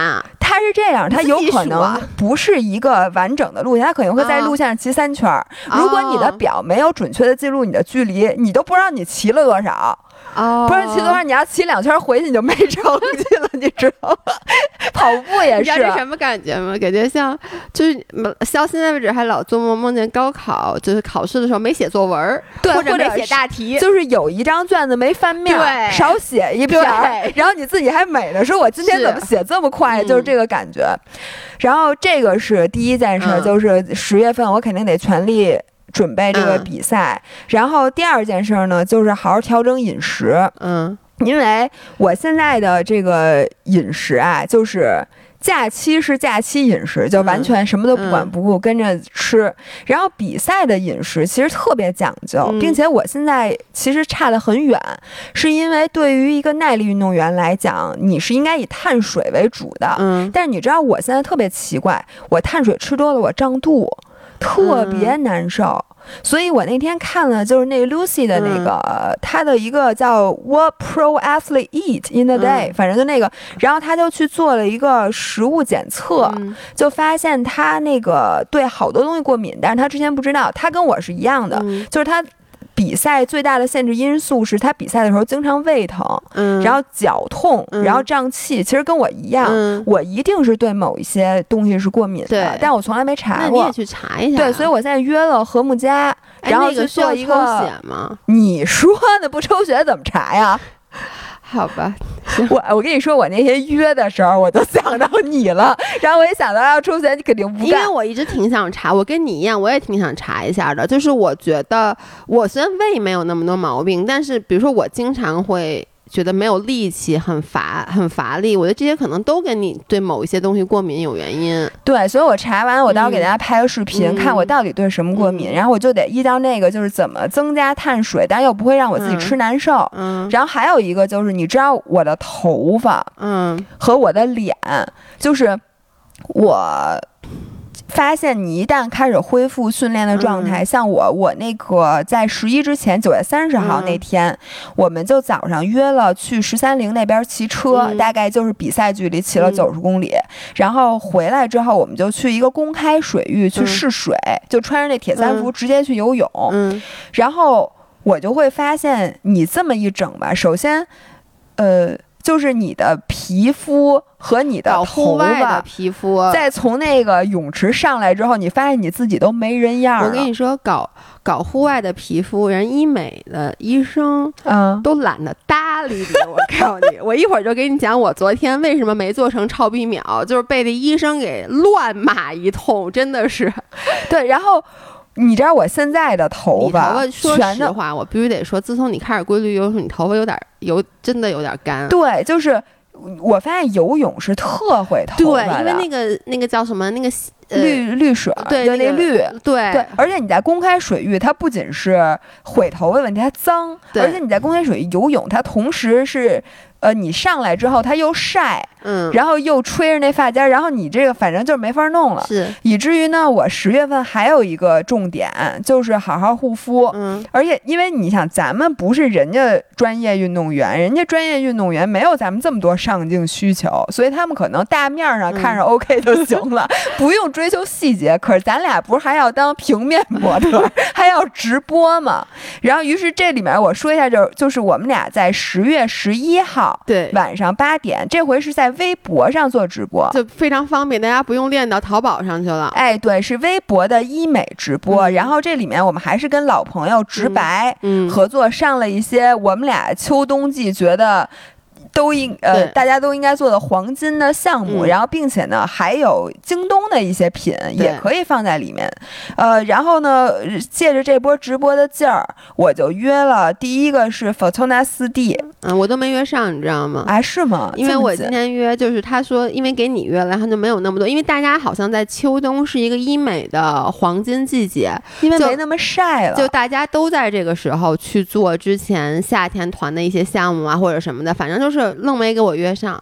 它是这样，它有可能不是一个完整的路线，它可能会在路线上骑3圈。如果你的表没有准确的记录你的距离，你都不知道你骑了多少。不然骑多少，你要骑2圈回去你就没成绩了，你知道吗？跑步也是。 你知道这什么感觉吗？感觉像就是到现在为止还老做梦见高考，就是考试的时候没写作文， 对， 或者没写大题， 就是有一张卷子没翻面，少写一篇，然后你自己还美的说我今天怎么写这么快，就是这个感觉。然后这个是第一件事，就是10月份我肯定得全力准备这个比赛。然后第二件事呢，就是好好调整饮食。因为我现在的这个饮食啊，就是假期是假期饮食，就完全什么都不管不顾跟着吃。然后比赛的饮食其实特别讲究，并且我现在其实差得很远，是因为对于一个耐力运动员来讲，你是应该以碳水为主的。但是你知道我现在特别奇怪，我碳水吃多了我胀肚，特别难受。所以我那天看了就是那个 Lucy 的那个，他的一个叫 What Pro Athlete Eat in a Day，反正就那个，然后他就去做了一个食物检测，就发现他那个对好多东西过敏，但是他之前不知道，他跟我是一样的，就是他比赛最大的限制因素是他比赛的时候经常胃疼，然后脚痛，然后胀气。其实跟我一样，我一定是对某一些东西是过敏的，但我从来没查过。 那你也去查一下。 对，所以我现在约了和睦家，然后去做一个。 抽血吗？ 你说的不抽血怎么查呀？ 好吧， 我跟你说，我那天约的时候我都想到你了，然后我一想到要抽血，你肯定不干。 因为我一直挺想查，我跟你一样，我也挺想查一下的。就是我觉得我虽然胃没有那么多毛病，但是比如说我经常会觉得没有力气，很乏力，我觉得这些可能都跟你对某一些东西过敏有原因。 对，所以我查完我到时候给大家拍个视频，看我到底对什么过敏，然后我就得依照那个就是怎么增加碳水，但又不会让我自己吃难受。然后还有一个就是你知道我的头发和我的脸，就是我发现你一旦开始恢复训练的状态，像我那个在11之前9月30号那天，我们就早上约了去13陵那边骑车，大概就是比赛距离骑了90公里，然后回来之后我们就去一个公开水域去试水，就穿着那铁三服直接去游泳。然后我就会发现你这么一整吧，首先就是你的皮肤和你的头发的皮肤， 再从那个泳池上来之后，你发现你自己都没人样了。 我跟你说，搞户外的皮肤，人医美的医生都懒得搭理你。我告诉你，我一会儿就给你讲我昨天为什么没做成超皮秒，就是被那医生给乱骂一通，真的是。 对，然后你知道我现在的头发， 说实话，我必须得说，自从你开始规律游泳，你头发真的有点干。 对，就是我发现游泳是特会头发的。 对，因为那个叫什么那个绿水， 对， 就那绿， 对， 而且你在公开水域，它不仅是毁头发问题，它脏，而且你在公开水域游泳，它同时是。你上来之后它又晒，然后又吹着那发夹，然后你这个反正就是没法弄了， 是以至于呢，我10月份还有一个重点就是好好护肤，而且因为你想，咱们不是人家专业运动员，人家专业运动员没有咱们这么多上镜需求，所以他们可能大面上看着 OK 就行了，不用追求细节。可是咱俩不是还要当平面模特，还要直播吗？然后于是这里面我说一下，就是我们俩在10月11号。 对， 晚上8点，这回是在微博上做直播， 就非常方便，大家不用练到淘宝上去了。 哎，对，是微博的医美直播，然后这里面我们还是跟老朋友直白合作，上了一些我们俩秋冬季觉得。大家都应该做的黄金的项目，然后并且呢还有京东的一些品也可以放在里面，然后呢借着这波直播的劲儿，我就约了第一个是 Fortuna 4D， 我都没约上，你知道吗？ 哎，是吗？ 因为我今天约就是他说，因为给你约了，然后就没有那么多，因为大家好像在秋冬是一个医美的黄金季节， 因为没那么晒了， 就大家都在这个时候去做之前夏天团的一些项目啊或者什么的，反正就是愣没给我约上。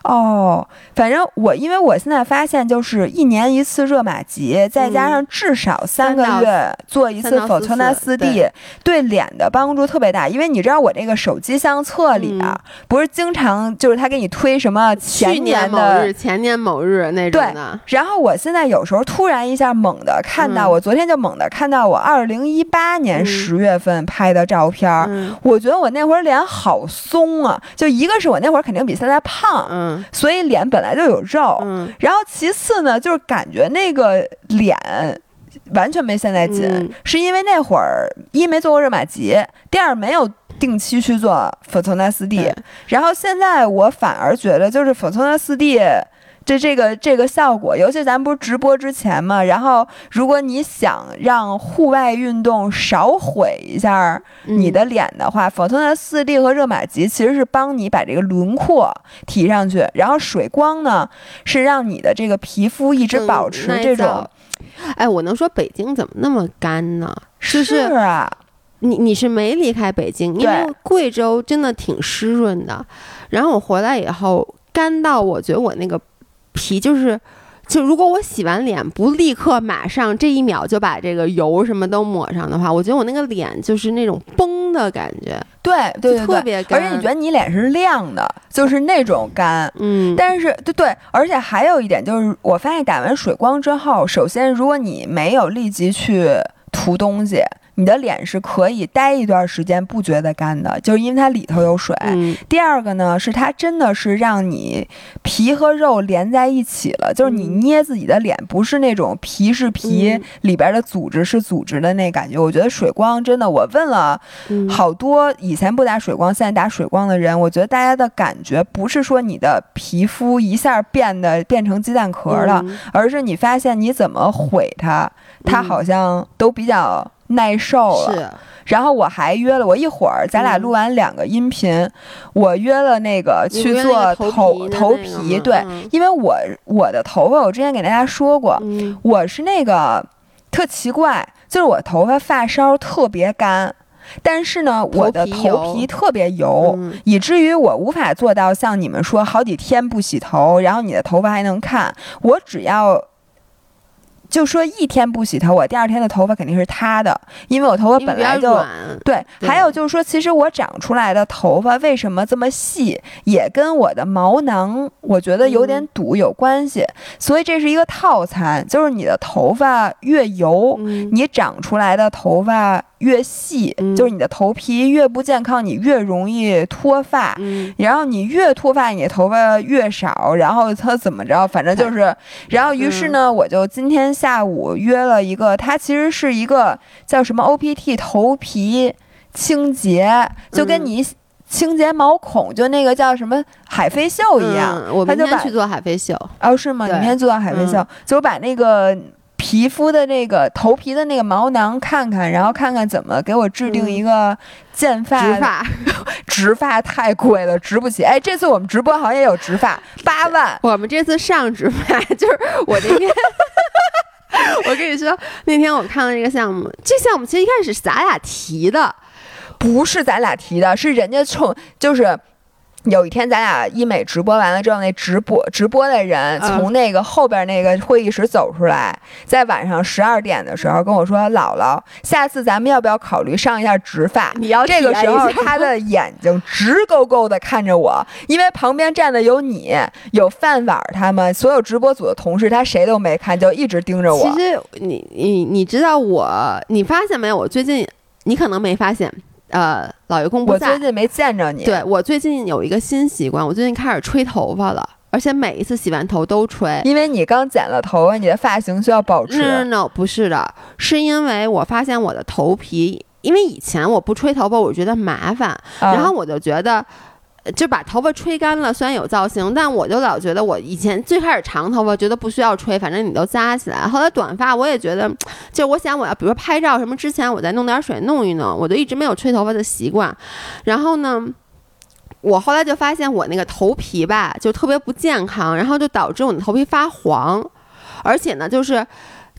哦，反正因为我现在发现就是1年1次热玛吉，再加上至少3个月做一次Fortuna 4D，对脸的帮助特别大。因为你知道我这个手机相册里啊，不是经常就是他给你推什么前年某日那种的。 对，然后我现在有时候突然一下猛的看到，我昨天就猛的看到我2018年10月份拍的照片，我觉得我那会儿脸好松啊，就一个是我那会儿肯定比现在胖，所以脸本来就有肉，然后其次呢，就是感觉那个脸完全没现在紧，是因为那会儿一没做过热玛吉，第二没有定期去做Fortuna 4D，然后现在我反而觉得就是Fortuna 4D。这个效果，尤其咱不是直播之前嘛，然后如果你想让户外运动少毁一下你的脸的话，Fortuna 4D 和热玛吉其实是帮你把这个轮廓提上去，然后水光呢是让你的这个皮肤一直保持这种。 哎，我能说北京怎么那么干呢？ 是啊， 你是没离开北京，因为贵州真的挺湿润的，然后我回来以后干到我觉得我那个皮就如果我洗完脸不立刻马上这一秒就把这个油什么都抹上的话，我觉得我那个脸就是那种崩的感觉。 对， 特别干， 而且你觉得你脸是亮的，就是那种干。但是对，而且还有一点就是，我发现打完水光之后，首先如果你没有立即去涂东西，你的脸是可以待一段时间不觉得干的，就是因为它里头有水。第二个呢，是它真的是让你皮和肉连在一起了，就是你捏自己的脸，不是那种皮是皮，里边的组织是组织的那感觉。我觉得水光真的，我问了好多以前不打水光现在打水光的人，我觉得大家的感觉不是说你的皮肤一下变成鸡蛋壳了，而是你发现你怎么毁它好像都比较耐受了。 是， 然后我还约了，我一会儿咱俩录完2个音频，我约了那个去做头皮，对，因为我的头发，我之前给大家说过，我是那个特奇怪，就是我头发发梢特别干。但是呢，我的头皮特别油，以至于我无法做到像你们说好几天不洗头，然后你的头发还能看。我只要就说1天不洗头，我第2天的头发肯定是塌的，因为我头发本来就对。还有就是说，其实我长出来的头发为什么这么细，也跟我的毛囊我觉得有点堵有关系。所以这是一个套餐，就是你的头发越油，你长出来的头发越细，就是你的头皮越不健康，你越容易脱发。然后你越脱发，你的头发越少，然后它怎么着，反正就是，然后于是呢，我就今天下午约了一个，它其实是一个叫什么 OPT 头皮清洁，就跟你清洁毛孔，就那个叫什么海飞秀一样。 我明天去做海飞秀。 哦，是吗？你明天做到海飞秀，就把那个皮肤的那个头皮的那个毛囊看看，然后看看怎么给我制定一个健发。植发太贵了，植不起。哎，这次我们直播好像也有植发，8万。 我们这次上植发就是我那天。我跟你说，那天我看了这个项目，这项目其实一开始是咱俩提的， 不是咱俩提的，是人家就是有一天咱俩医美直播完了之后，那直播的人从那个后边那个会议室走出来，在晚上12点的时候跟我说：“姥姥，下次咱们要不要考虑上一下植发？” 你要这个时候他的眼睛直勾勾的看着我，因为旁边站的有你，有饭碗他们所有直播组的同事，他谁都没看，就一直盯着我。 其实你知道你发现没有？我最近你可能没发现。老爷公不在， 我最近没见着你。 对，我最近有一个新习惯，我最近开始吹头发了，而且每一次洗完头都吹。 因为你刚剪了头发，你的发型需要保持。 No， 不是的，是因为我发现我的头皮，因为以前我不吹头发，我觉得麻烦，然后我就觉得。就把头发吹干了，虽然有造型，但我就老觉得我以前最开始长头发觉得不需要吹，反正你都扎起来。后来短发我也觉得，就我想我要比如说拍照什么之前我再弄点水弄一弄，我就一直没有吹头发的习惯。然后呢，我后来就发现我那个头皮吧就特别不健康，然后就导致我的头皮发黄，而且呢就是。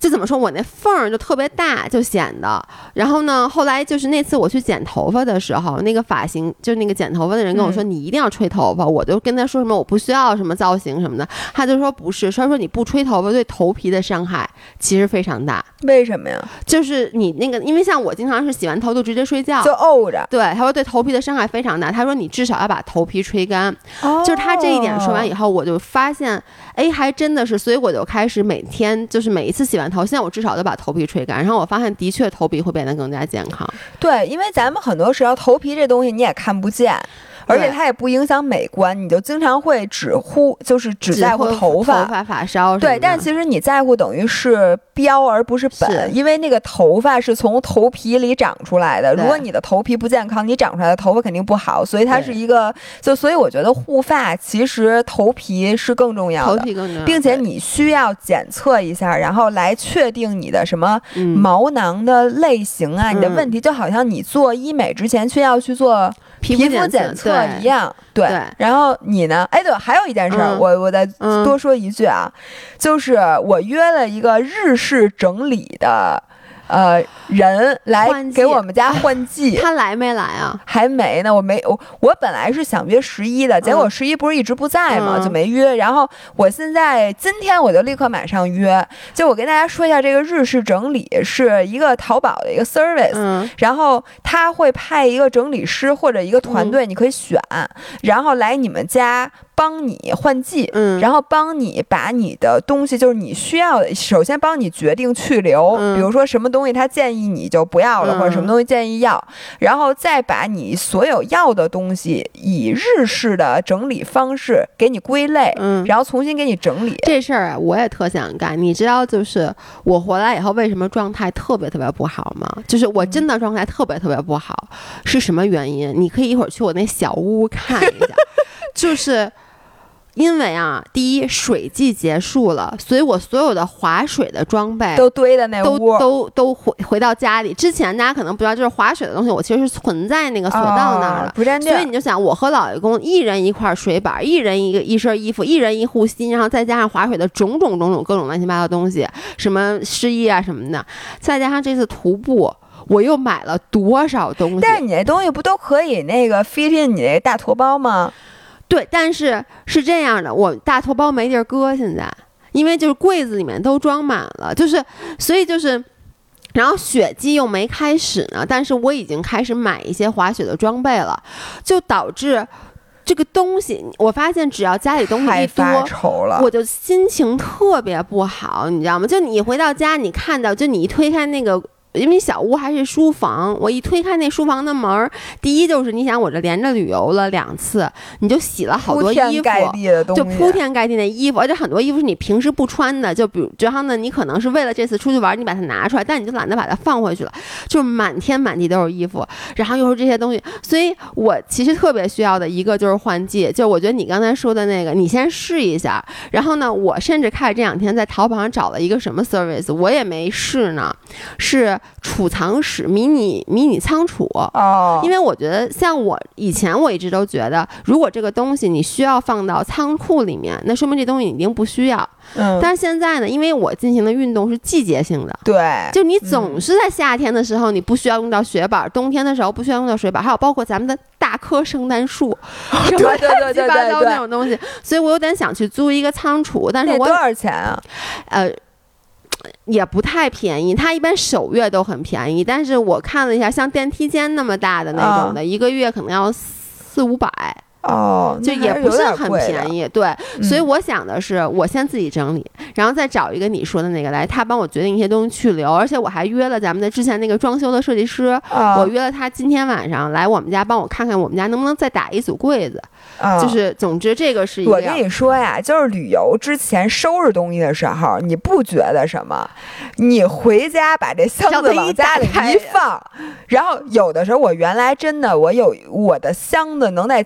就怎么说，我那缝儿就特别大，就显得。然后呢，后来就是那次我去剪头发的时候，那个发型就那个剪头发的人跟我说，你一定要吹头发。我就跟他说什么我不需要什么造型什么的，他就说不是，他说你不吹头发对头皮的伤害其实非常大。 为什么呀？ 就是你那个，因为像我经常是洗完头就直接睡觉， 就沤着。 对，他说对头皮的伤害非常大。他说你至少要把头皮吹干。就是他这一点说完以后，我就发现，哎，还真的是，所以我就开始每天就是每一次洗完头，现在我至少都把头皮吹干，然后我发现的确头皮会变得更加健康。 对，因为咱们很多时候头皮这东西你也看不见，而且它也不影响美观，你就经常会只在乎头发发梢。 对，但其实你在乎等于是标而不是本，因为那个头发是从头皮里长出来的。如果你的头皮不健康，你长出来的头发肯定不好，所以它是一个所以我觉得护发其实头皮是更重要的， 头皮更重要， 并且你需要检测一下，然后来确定你的什么毛囊的类型啊，你的问题，就好像你做医美之前要去做皮肤检测一样。对，然后你呢？哎，对，还有一件事，我再多说一句啊，就是我约了一个日式整理的人来给我们家换季。 他来没来啊？ 还没呢，我本来是想约11的，结果11不是一直不在嘛，就没约。然后我现在今天我就立刻马上约。就我跟大家说一下，这个日式整理是一个淘宝的一个 service，然后他会派一个整理师或者一个团队，你可以选，然后来你们家帮你换季，然后帮你把你的东西，就是你需要的，首先帮你决定去留，比如说什么东西他建议你就不要了，或者什么东西建议要，然后再把你所有要的东西以日式的整理方式给你归类，然后重新给你整理。 这事儿啊，我也特想干。你知道，就是我回来以后为什么状态特别特别不好吗？就是我真的状态特别特别不好，是什么原因？你可以一会儿去我那小屋看一下，就是因为啊，第一，水季结束了，所以我所有的划水的装备都堆在那屋， 都回到家里。之前大家可能不知道，就是划水的东西，我其实是存在那个索道那儿的， 不占地。 所以你就想，我和老爷公一人一块水板，一人一身衣服，一人一护膝，然后再加上划水的种种各种乱七八糟的东西，什么湿衣啊什么的，再加上这次徒步。我又买了多少东西？ 但是你那东西不都可以那个 fit in 你那大托包吗？ 对，但是是这样的，我大托包没地儿搁，现在因为就是柜子里面都装满了，所以然后雪季又没开始呢，但是我已经开始买一些滑雪的装备了，就导致这个东西，我发现只要家里东西一多，我就心情特别不好，你知道吗？就你回到家，你看到，就你一推开那个。因为小屋还是书房，我一推开那书房的门，第一就是你想我这连着旅游了2次，你就洗了好多衣服，就铺天盖地的衣服，而且很多衣服是你平时不穿的，就比如然后呢，你可能是为了这次出去玩，你把它拿出来，但你就懒得把它放回去了，就满天满地都是衣服，然后又是这些东西，所以我其实特别需要的一个就是换季，就我觉得你刚才说的那个，你先试一下，然后呢，我甚至开始这2天在淘宝上找了一个什么 service， 我也没试呢，是储藏室迷你仓储因为我觉得像我以前我一直都觉得，如果这个东西你需要放到仓库里面，那说明这东西你一定不需要。但是现在呢，因为我进行的运动是季节性的， 对， 就你总是在夏天的时候你不需要用到雪板，冬天的时候不需要用到水板，还有包括咱们的大棵圣诞树，什么乱七八糟那种东西，所以我有点想去租一个仓储，但是我多少钱啊？ 也不太便宜，它一般首月都很便宜，但是我看了一下，像电梯间那么大的那种的，一个月可能要400-500。就也不是很便宜，对，所以我想的是，我先自己整理，然后再找一个你说的那个来，他帮我决定一些东西去留，而且我还约了咱们的之前那个装修的设计师，我约了他今天晚上来我们家帮我看看我们家能不能再打一组柜子，就是总之这个是一个。 我跟你说呀，就是旅游之前收拾东西的时候，你不觉得什么，你回家把这箱子往家里一放，然后有的时候我原来真的我的箱子能在家放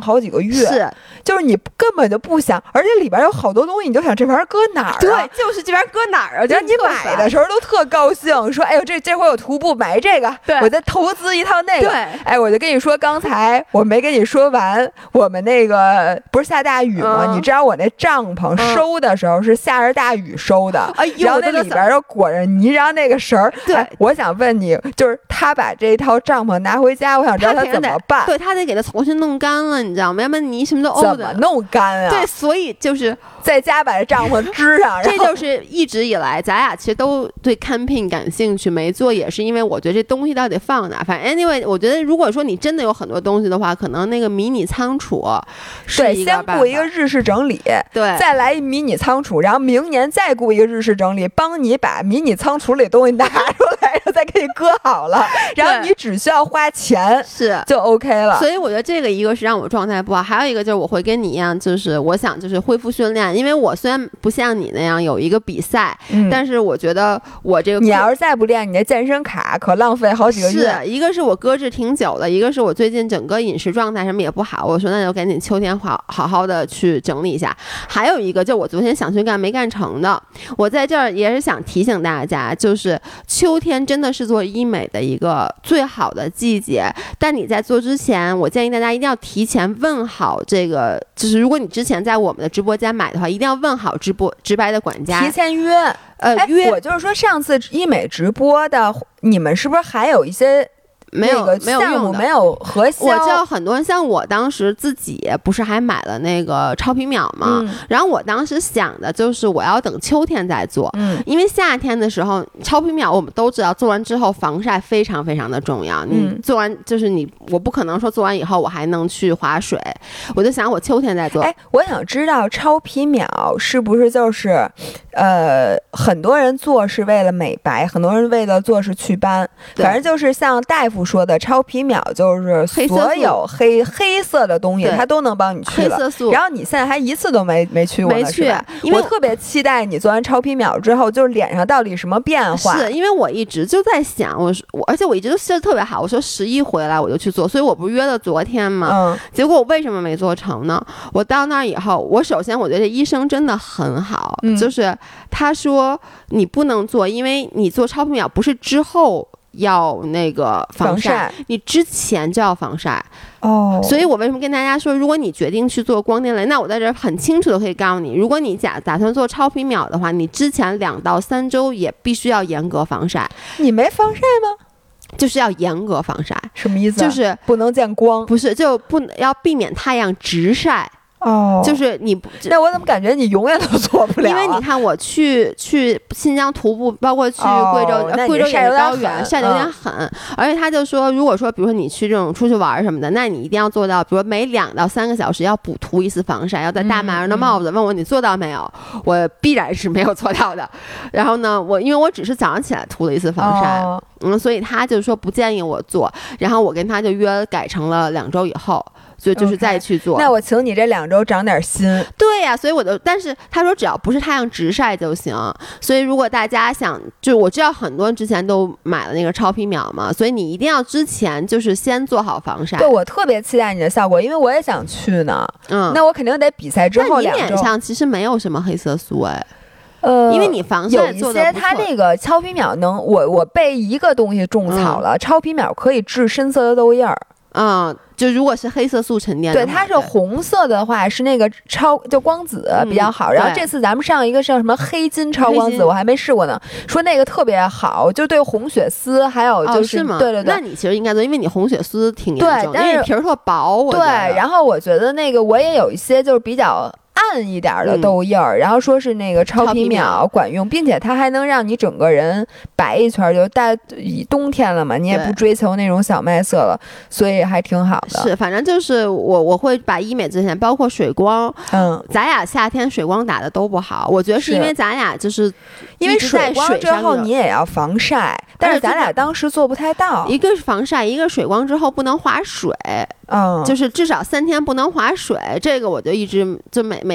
好几个月， 是， 就是你根本就不想，而且里边有好多东西，你就想这玩意儿搁哪儿啊？ 对，就是这边搁哪儿啊？ 然后你买的时候都特高兴，说哎呦这回我徒步买这个，我再投资一套那个。 对， 哎，我就跟你说，刚才我没跟你说完，我们那个不是下大雨吗？你知道我那帐篷收的时候是下着大雨收的，然后那里边又裹着泥，然后那个绳儿。 对， 我想问你，就是他把这一套帐篷拿回家，我想知道他怎么办？ 对，他得给他重新弄干了，你知道吗？要不然泥什么都沤的。 怎么弄干啊？ 对，所以就是在家把这帐篷支上。 这就是一直以来咱俩其实都对 camping 感兴趣，没做也是因为我觉得这东西到底放哪。反正 anyway， 我觉得如果说你真的有很多东西的话，可能那个迷你仓储是一个办法。 先雇一个日式整理， 对， 再来一迷你仓储，然后明年再雇一个日式整理，帮你把迷你仓储里的东西拿出来，然后再给你搁好了，然后你只需要花钱是就 OK 了。 所以我觉得这个一个是让我状态不好，还有一个就是我会跟你一样，就是我想就是恢复训练，因为我虽然不像你那样有一个比赛，但是我觉得我这个你要是再不练，你的健身卡可浪费好几个月。 是一个是我搁置挺久的，一个是我最近整个饮食状态什么也不好，我说那就赶紧秋天好好的去整理一下。还有一个就我昨天想去干没干成的，我在这儿也是想提醒大家，就是秋天真的是做医美的一个最好的季节，但你在做之前，我建议大家一定要提前问好这个，就是如果你之前在我们的直播间买的话，一定要问好直白的管家， 提前约。约。我就是说上次医美直播的，你们是不是还有一些？ 没有项目没有核销。 我知道很多人，像我当时自己不是还买了那个超皮秒吗？然后我当时想的就是我要等秋天再做，因为夏天的时候超皮秒我们都知道做完之后防晒非常非常的重要。你做完就是我不可能说做完以后我还能去划水，我就想我秋天再做。 哎，我想知道超皮秒是不是就是很多人做是为了美白，很多人为了做是祛斑，反正就是像大夫说的超皮秒就是所有黑色的东西它都能帮你去了， 黑色素。 然后你现在还一次都没去过呢， 没去， 因为我特别期待你做完超皮秒之后，就是脸上到底什么变化。 是因为我一直就在想，而且我一直都记得特别好，我说11回来我就去做，所以我不是约了昨天嘛，结果我为什么没做成呢？我到那儿以后，我首先我觉得这医生真的很好，就是他说你不能做，因为你做超皮秒不是之后要那个防晒，你之前就要防晒所以我为什么跟大家说，如果你决定去做光电类，那我在这很清楚的可以告诉你，如果你打算做超皮秒的话，你之前2到3周也必须要严格防晒。 你没防晒吗？ 就是要严格防晒。 什么意思？ 就是不能见光。 不是，就不要避免太阳直晒。就是你， 那我怎么感觉你永远都做不了？ 因为你看，我去新疆徒步，包括去贵州，贵州也是高原，晒得有点狠。而且他就说，如果说比如说你去这种出去玩什么的，那你一定要做到，比如每2到3个小时要补涂一次防晒，要戴大马人的帽子。问我你做到没有？我必然是没有做到的。然后呢，因为我只是早上起来涂了一次防晒，所以他就说不建议我做。然后我跟他就约改成了2周以后。所以就是再去做。 那我请你这2周长点心。 对呀，所以但是他说只要不是太阳直晒就行。所以如果大家想，就我知道很多人之前都买了那个超皮秒嘛，所以你一定要之前就是先做好防晒。 对，我特别期待你的效果，因为我也想去呢。那我肯定得比赛之后2周。 那你脸上其实没有什么黑色素哎。因为你防晒做的有一些，它那个超皮秒能，我被一个东西种草了，超皮秒可以治深色的痘印儿。 就如果是黑色素沉淀的， 对，它是红色的话是那个就光子比较好。然后这次咱们上一个叫什么黑金超光子，我还没试过呢，说那个特别好，就对红血丝还有就是吗？ 对对对， 那你其实应该做，因为你红血丝挺严重， 对，但是因为皮儿特薄。 对，然后我觉得那个我也有一些就是比较暗一点的痘印儿，然后说是那个超皮秒管用，并且它还能让你整个人白一圈，就冬天了嘛，你也不追求那种小麦色了，所以还挺好的。 是，反正就是我会把医美之前包括水光，咱俩夏天水光打的都不好，我觉得是因为咱俩就是因为水光之后你也要防晒，但是咱俩当时做不太到， 一个是防晒，一个水光之后不能划水。就是至少3天不能划水，这个我就一直就每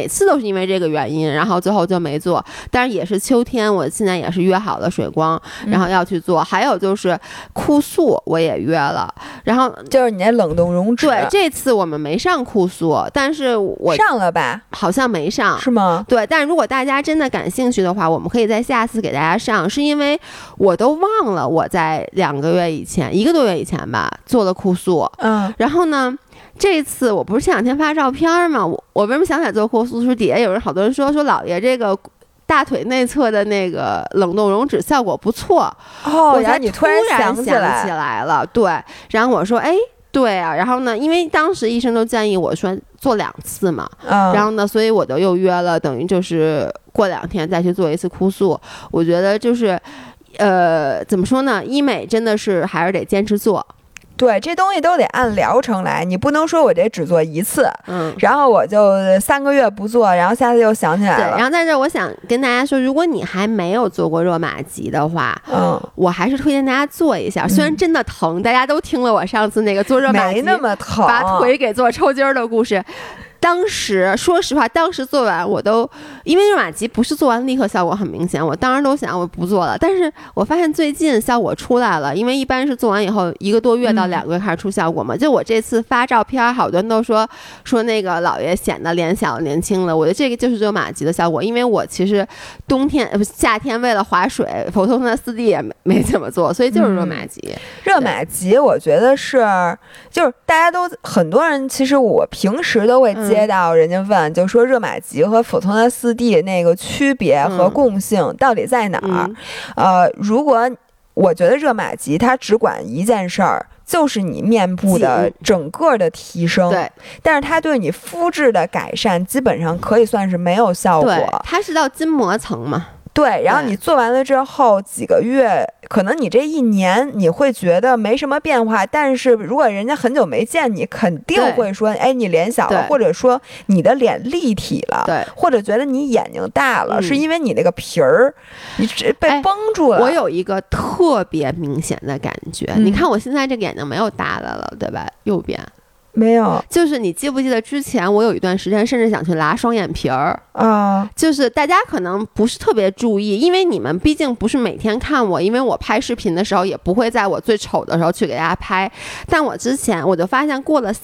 次都是因为这个原因，然后最后就没做。但是也是秋天，我现在也是约好了水光，然后要去做。还有就是哭诉我也约了，然后就是你那冷冻溶脂。 对，这次我们没上哭诉，但是我上了吧？ 好像没上， 是吗？ 对，但是如果大家真的感兴趣的话，我们可以在下次给大家上，是因为我都忘了我在1个多月以前吧做了哭诉，然后呢，这次我不是前2天发照片吗？我为什么想起来做哭诉？是底下有人好多人说老爷这个大腿内侧的那个冷冻溶脂效果不错我才你突然想起来了，对，然后我说对啊，然后呢，因为当时医生都建议我说做2次嘛，然后呢，所以我都又约了，等于就是过2天再去做一次哭诉。我觉得就是怎么说呢，医美真的是还是得坚持做。 对，这东西都得按疗程来，你不能说我这只做1次，然后我就3个月不做，然后下次又想起来了。 对，然后在这我想跟大家说，如果你还没有做过热玛吉的话，我还是推荐大家做一下，虽然真的疼，大家都听了我上次那个做热玛吉没那么疼， 把腿给做抽筋的故事。当时说实话，当时做完我都，因为热玛吉不是做完立刻效果很明显，我当时都想我不做了。但是我发现最近效果出来了，因为一般是做完以后1个多月到2个月开始出效果嘛。就我这次发照片，好多人都说那个老爷显得脸小年轻了。我觉得这个就是热玛吉的效果，因为我其实夏天为了滑水，普通的4D 也没怎么做，所以就是热玛吉。 热玛吉我觉得就是大家都很多人，其实我平时都会接到人家问，就说热玛吉和普通的4D 那个区别和共性到底在哪儿？如果我觉得热玛吉它只管一件事儿，就是你面部的整个的提升， 对， 但是它对你肤质的改善基本上可以算是没有效果。 对，它是到筋膜层嘛。 对，然后你做完了之后几个月，可能你这1年你会觉得没什么变化，但是如果人家很久没见你，肯定会说，你脸小了，或者说你的脸立体了， 对， 或者觉得你眼睛大了，是因为你那个皮儿你被绷住了。 我有一个特别明显的感觉，你看我现在这个眼睛没有大的了，对吧？右边。 没有， 就是你记不记得之前我有一段时间甚至想去拉双眼皮儿就是大家可能不是特别注意，因为你们毕竟不是每天看我，因为我拍视频的时候也不会在我最丑的时候去给大家拍。但我之前我就发现过了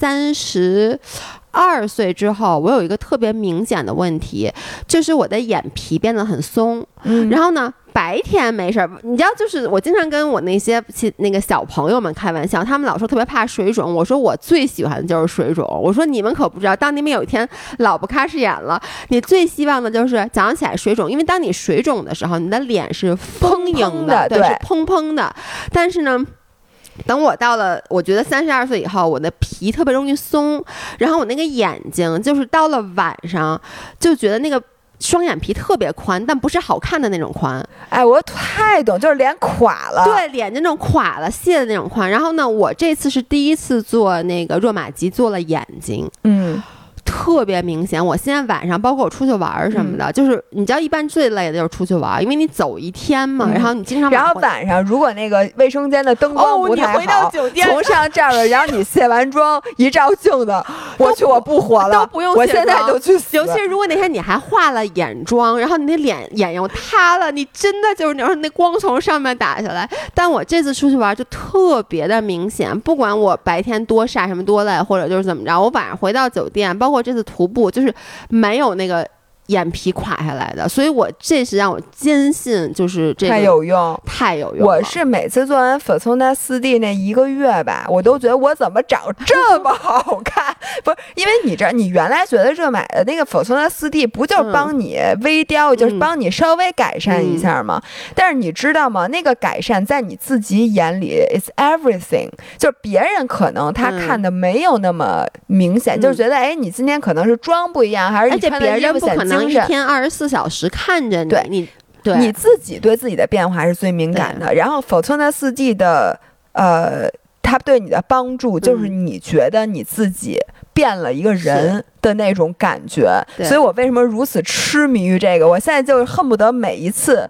32岁之后，我有一个特别明显的问题，就是我的眼皮变得很松，然后呢白天没事儿，你知道，就是我经常跟我那些那个小朋友们开玩笑，他们老说特别怕水肿，我说我最喜欢的就是水肿，我说你们可不知道，当你们有一天老不开视眼了，你最希望的就是早上起来水肿，因为当你水肿的时候，你的脸是丰盈的，对，是砰砰的，但是呢。等我到了，我觉得32岁以后，我的皮特别容易松，然后我那个眼睛就是到了晚上就觉得那个双眼皮特别宽，但不是好看的那种宽。 我太懂，就是脸垮了。 对，脸那种垮了、卸的那种宽。然后呢，我这次是第一次做那个热玛吉，做了眼睛。特别明显，我现在晚上包括我出去玩什么的，就是你知道一般最累的就是出去玩，因为你走一天嘛，然后你经常然后晚上如果那个卫生间的灯光不太好， 你回到酒店从上这儿，然后你卸完妆一照镜子，我去我不活了， 都不用我现在就去死。 尤其是如果那天你还化了眼妆，然后你那眼又塌了，你真的就是那光从上面打下来。但我这次出去玩就特别的明显，不管我白天多晒什么多累，或者就是怎么着，我晚上回到酒店，包括这次徒步，就是没有那个眼皮垮下来的，所以我这是让我坚信就是这个太有用， 太有用了。 我是每次做完粉松的4D 那1个月吧，我都觉得我怎么长这么好看？不是因为你这，你原来觉得热玛的那个粉松的4D 不就是帮你微雕，就是帮你稍微改善一下吗？但是你知道吗？那个改善在你自己眼里 is everything， 就是别人可能他看的没有那么明显，就是觉得你今天可能是妆不一样，还是你穿的衣服显精神。 一天24小时看着你，对你自己对自己的变化是最敏感的。然后Fortuna 4D 的它对你的帮助就是你觉得你自己变了一个人的那种感觉。所以我为什么如此痴迷于这个？我现在就是恨不得每一次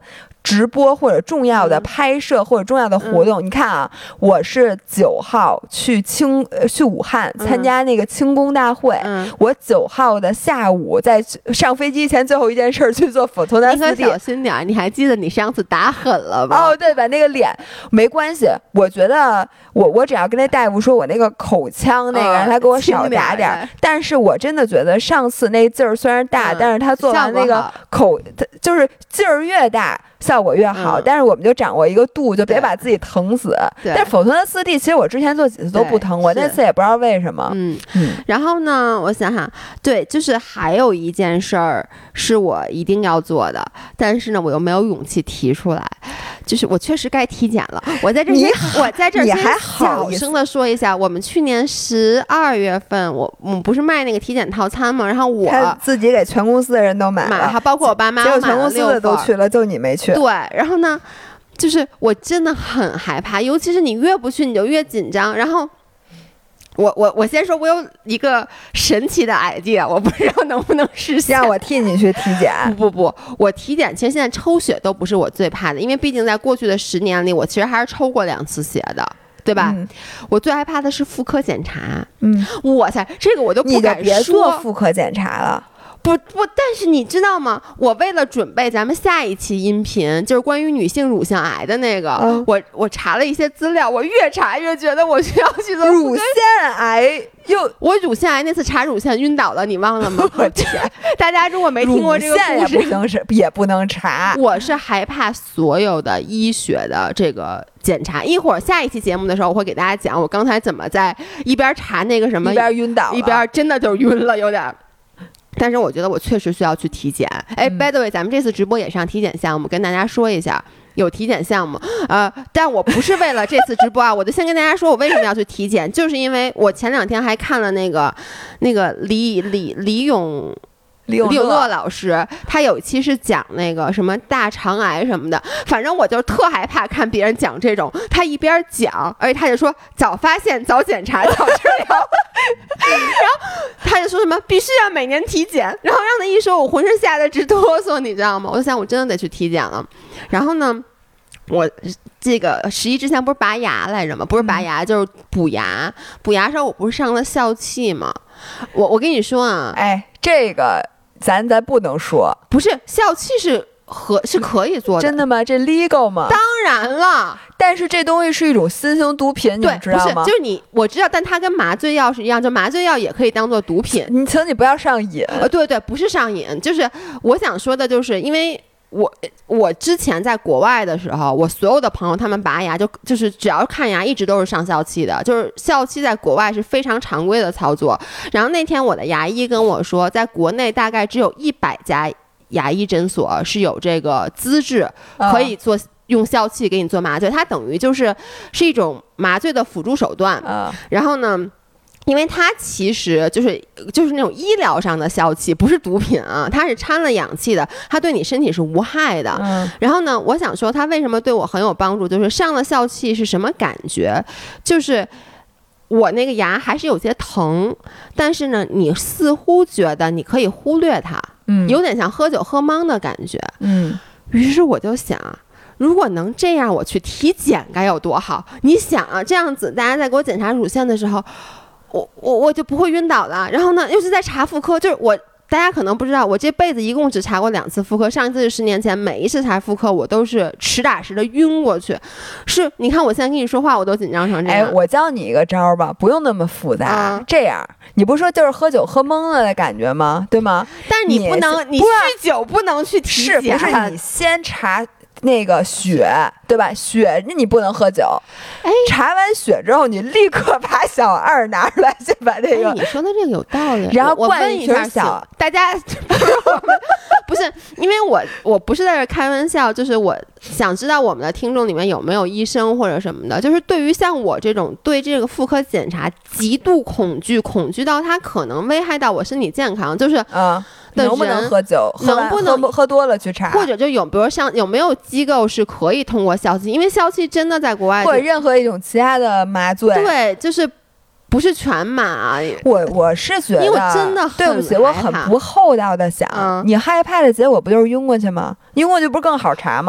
直播或者重要的拍摄或者重要的活动，你看啊，我是9号去武汉参加那个庆功大会，我9号的下午在上飞机前最后一件事去做佛陀南4D。 你可小心点，你还记得你上次打狠了吧？ 哦，对吧？那个脸没关系，我觉得我只要跟那大夫说我那个口腔那个，让他给我少打点。但是我真的觉得上次那劲儿虽然大，但是他做完那个就是劲儿越大效果越好，但是我们就掌握一个度，就别把自己疼死。但是佛陀的4D，其实我之前做几次都不疼，我那次也不知道为什么。 然后呢，我想想，对，就是还有一件事儿是我一定要做的，但是呢，我又没有勇气提出来。就是我确实该体检了。我在这先小声的说一下，我们去年12月份，我们不是卖那个体检套餐吗？然后我自己给全公司的人都买了， 还包括我爸妈， 结果全公司的都去了，就你没去。 对，然后呢，就是我真的很害怕，尤其是你越不去，你就越紧张。然后我先说，我有一个神奇的 idea， 我不知道能不能实现。 让我替你去体检？ 不，我体检其实现在抽血都不是我最怕的，因为毕竟在过去的10年里，我其实还是抽过2次血的。对吧？我最害怕的是妇科检查。我塞，这个我都不敢说。 你就别做妇科检查了。 不，但是你知道吗？我为了准备咱们下一期音频，就是关于女性乳腺癌的那个，我查了一些资料，我越查越觉得我需要去做乳腺癌。 我乳腺癌那次查乳腺晕倒了，你忘了吗？我天！大家如果没听过这个故事，也不能查。 我是害怕所有的医学的这个检查。一会儿下一期节目的时候，我会给大家讲我刚才怎么在一边查那个什么， 一边晕倒了， 一边真的就晕了，有点。但是我觉得我确实需要去体检。by the way， 咱们这次直播也上体检项目，跟大家说一下。有体检项目，但我不是为了这次直播啊，我就先跟大家说我为什么要去体检，就是因为我前2天还看了那个李永乐老师，他有一期是讲那个什么大肠癌什么的，反正我就特害怕看别人讲这种，他一边讲，而且他就说早发现、早检查、早治疗，然后他就说什么必须要每年体检，然后让他一说，我浑身吓得直哆嗦，你知道吗？我就想我真的得去体检了。然后呢，我这个11之前不是拔牙来着吗？不是拔牙就是补牙。补牙时候我不是上了笑气吗？我跟你说啊， 这个咱不能说， 不是笑气是可以做的， 真的吗？这 legal 吗？ 当然了， 但是这东西是一种新型毒品，你知道吗？ 不是，就是我知道，但它跟麻醉药是一样，就麻醉药也可以当做毒品。 请你不要上瘾。 对，不是上瘾，就是我想说的，就是因为我之前在国外的时候，我所有的朋友他们拔牙就是只要看牙一直都是上笑气的，就是笑气在国外是非常常规的操作。然后那天我的牙医跟我说，在国内大概只有100家牙医诊所是有这个资质可以用笑气给你做麻醉，它等于是一种麻醉的辅助手段。然后呢，因为它其实就是那种医疗上的笑气，不是毒品啊，它是掺了氧气的，它对你身体是无害的。然后呢，我想说它为什么对我很有帮助，就是上了笑气是什么感觉，就是我那个牙还是有些疼，但是呢，你似乎觉得你可以忽略它，有点像喝酒喝懵的感觉。于是我就想，如果能这样，我去体检该有多好！你想啊，这样子大家在给我检查乳腺的时候，我就不会晕倒了。然后呢，又是在查妇科，就是大家可能不知道，我这辈子一共只查过2次妇科，上一次是10年前，每一次查妇科我都是实打实的晕过去。你看我现在跟你说话，我都紧张成这样。 我教你一个招吧，不用那么复杂。这样，你不是说就是喝酒喝懵了的感觉吗？对吗？ 但是你不能，你酗酒不能去体检。 不是你先查那个血，对吧？血你不能喝酒。查完血之后，你立刻把小2拿出来，先把这个。 你说的这个有道理。 然后我问一下大家，不是因为我不是在这开玩笑，就是我想知道我们的听众里面有没有医生或者什么的，就是对于像我这种对这个妇科检查极度恐惧到它可能危害到我身体健康，就是能不能喝酒？ 能不能喝多了去查？ 或者就比如像有没有机构是可以通过笑气？因为笑气真的在国外或者任何一种其他的麻醉， 对，就是不是全麻。 我是觉得， 因为我真的对不起，我很不厚道的想，你害怕的结果不就是晕过去吗？晕过去不是更好查吗？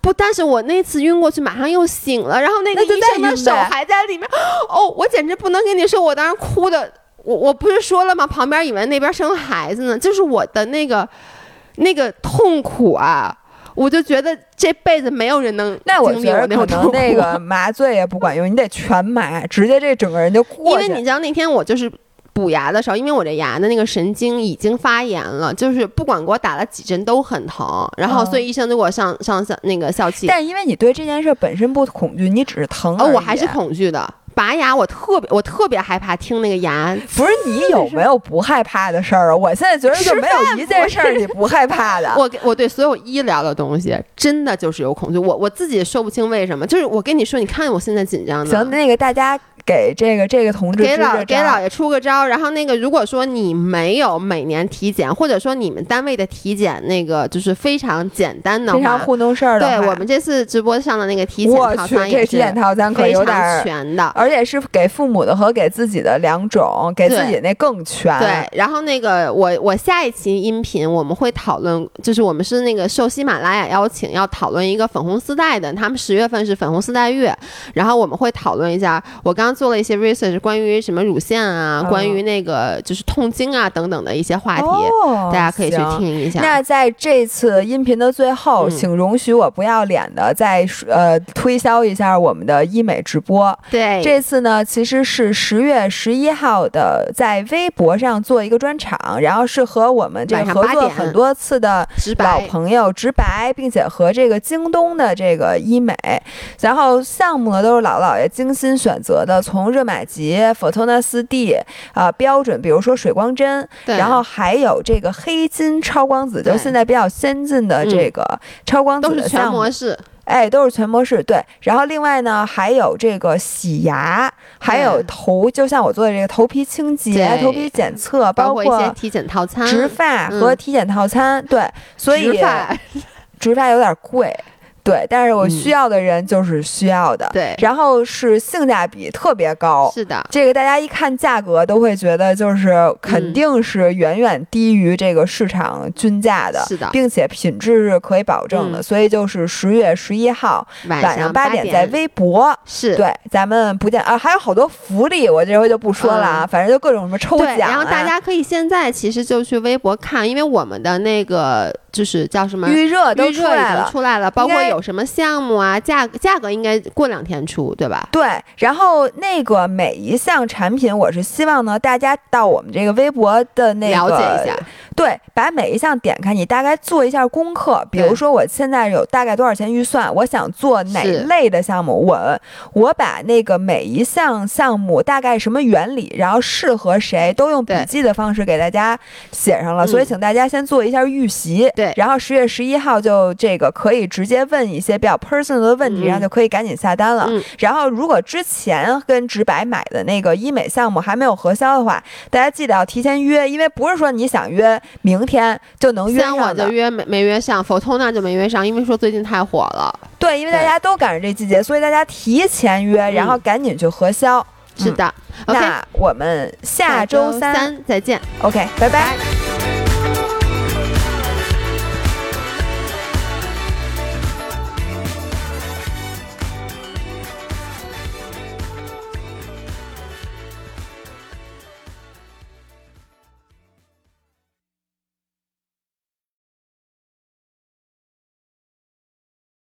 不，但是我那次晕过去，马上又醒了，然后那个医生的手还在里面。哦，我简直不能跟你说，我当时哭的，我不是说了吗？旁边以为那边生孩子呢，就是我的那个痛苦啊。我就觉得这辈子没有人能经历我那种痛苦。 那个麻醉也不管用，你得全麻，直接这整个人就过去。 因为你知道那天我就是补牙的时候，因为我这牙的那个神经已经发炎了，就是不管给我打了几针都很疼，然后所以医生就给我上那个笑气。 但是因为你对这件事本身不恐惧，你只是疼而已。 我还是恐惧的。拔牙我特别害怕听那个牙。 不是你有没有不害怕的事儿啊？我现在觉得就没有一件事儿你不害怕的。 我对所有医疗的东西真的就是有恐惧，我自己也说不清为什么。就是我跟你说，你看我现在紧张的。 行，那个大家给这个同志给老爷出个招。然后那个如果说你没有每年体检，或者说你们单位的体检那个就是非常简单的话， 非常糊弄事儿的话， 对我们这次直播上的那个体检套餐也是体检套餐可有点全的， 而且是给父母的和给自己的两种，给自己那更全。 对，然后那个我下一期音频我们会讨论，就是我们是那个受喜马拉雅邀请要讨论一个粉红丝带的，他们10月份是粉红丝带月，然后我们会讨论一下，我刚刚做了一些 research 关于什么乳腺啊，关于那个就是痛经啊等等的一些话题，大家可以去听一下。 那在这次音频的最后，请容许我不要脸的再推销一下我们的医美直播。 对， 这次呢其实是10月11号的，在微博上做一个专场，然后是和我们这个合作很多次的老朋友直白，并且和这个京东的这个医美，然后项目呢都是老爷精心选择的，从热玛吉、Fortuna 4D 标准，比如说水光针，然后还有这个黑金超光子，就现在比较先进的这个超光子的项目， 都是全模式。 都是全模式。对，然后另外呢还有这个洗牙，还有就像我做的这个头皮清洁、头皮检测，包括一些体检套餐、 植发和体检套餐。对，所以植发有点贵。对，但是我需要的人就是需要的。 对， 然后是性价比特别高。 是的， 这个大家一看价格都会觉得就是肯定是远远低于这个市场均价的。 是的， 并且品质是可以保证的。所以就是10月11号晚上8点在微博。 是， 对，咱们不见还有好多福利，我这回就不说了啊，反正就各种什么抽奖。 然后大家可以现在其实就去微博看，因为我们的那个就是叫什么预热都出来了，包括有什么项目啊，价格应该过2天出，对吧？ 对，然后那个每一项产品，我是希望呢，大家到我们这个微博的那个了解一下， 对，把每一项点开，你大概做一下功课。比如说，我现在有大概多少钱预算，我想做哪类的项目，我把那个每一项目大概什么原理，然后适合谁，都用笔记的方式给大家写上了。所以，请大家先做一下预习。 对， 然后10月11号就这个可以直接问一些比较 personal 的问题，然后就可以赶紧下单了。然后如果之前跟直白买的那个医美项目还没有核销的话，大家记得要提前约，因为不是说你想约明天就能约上的。 像我就约没约上，Fortuna 就没约上，因为说最近太火了。 对，因为大家都赶上这季节，所以大家提前约，然后赶紧去核销。 是的， 那我们下周3 再见。 OK， 拜拜。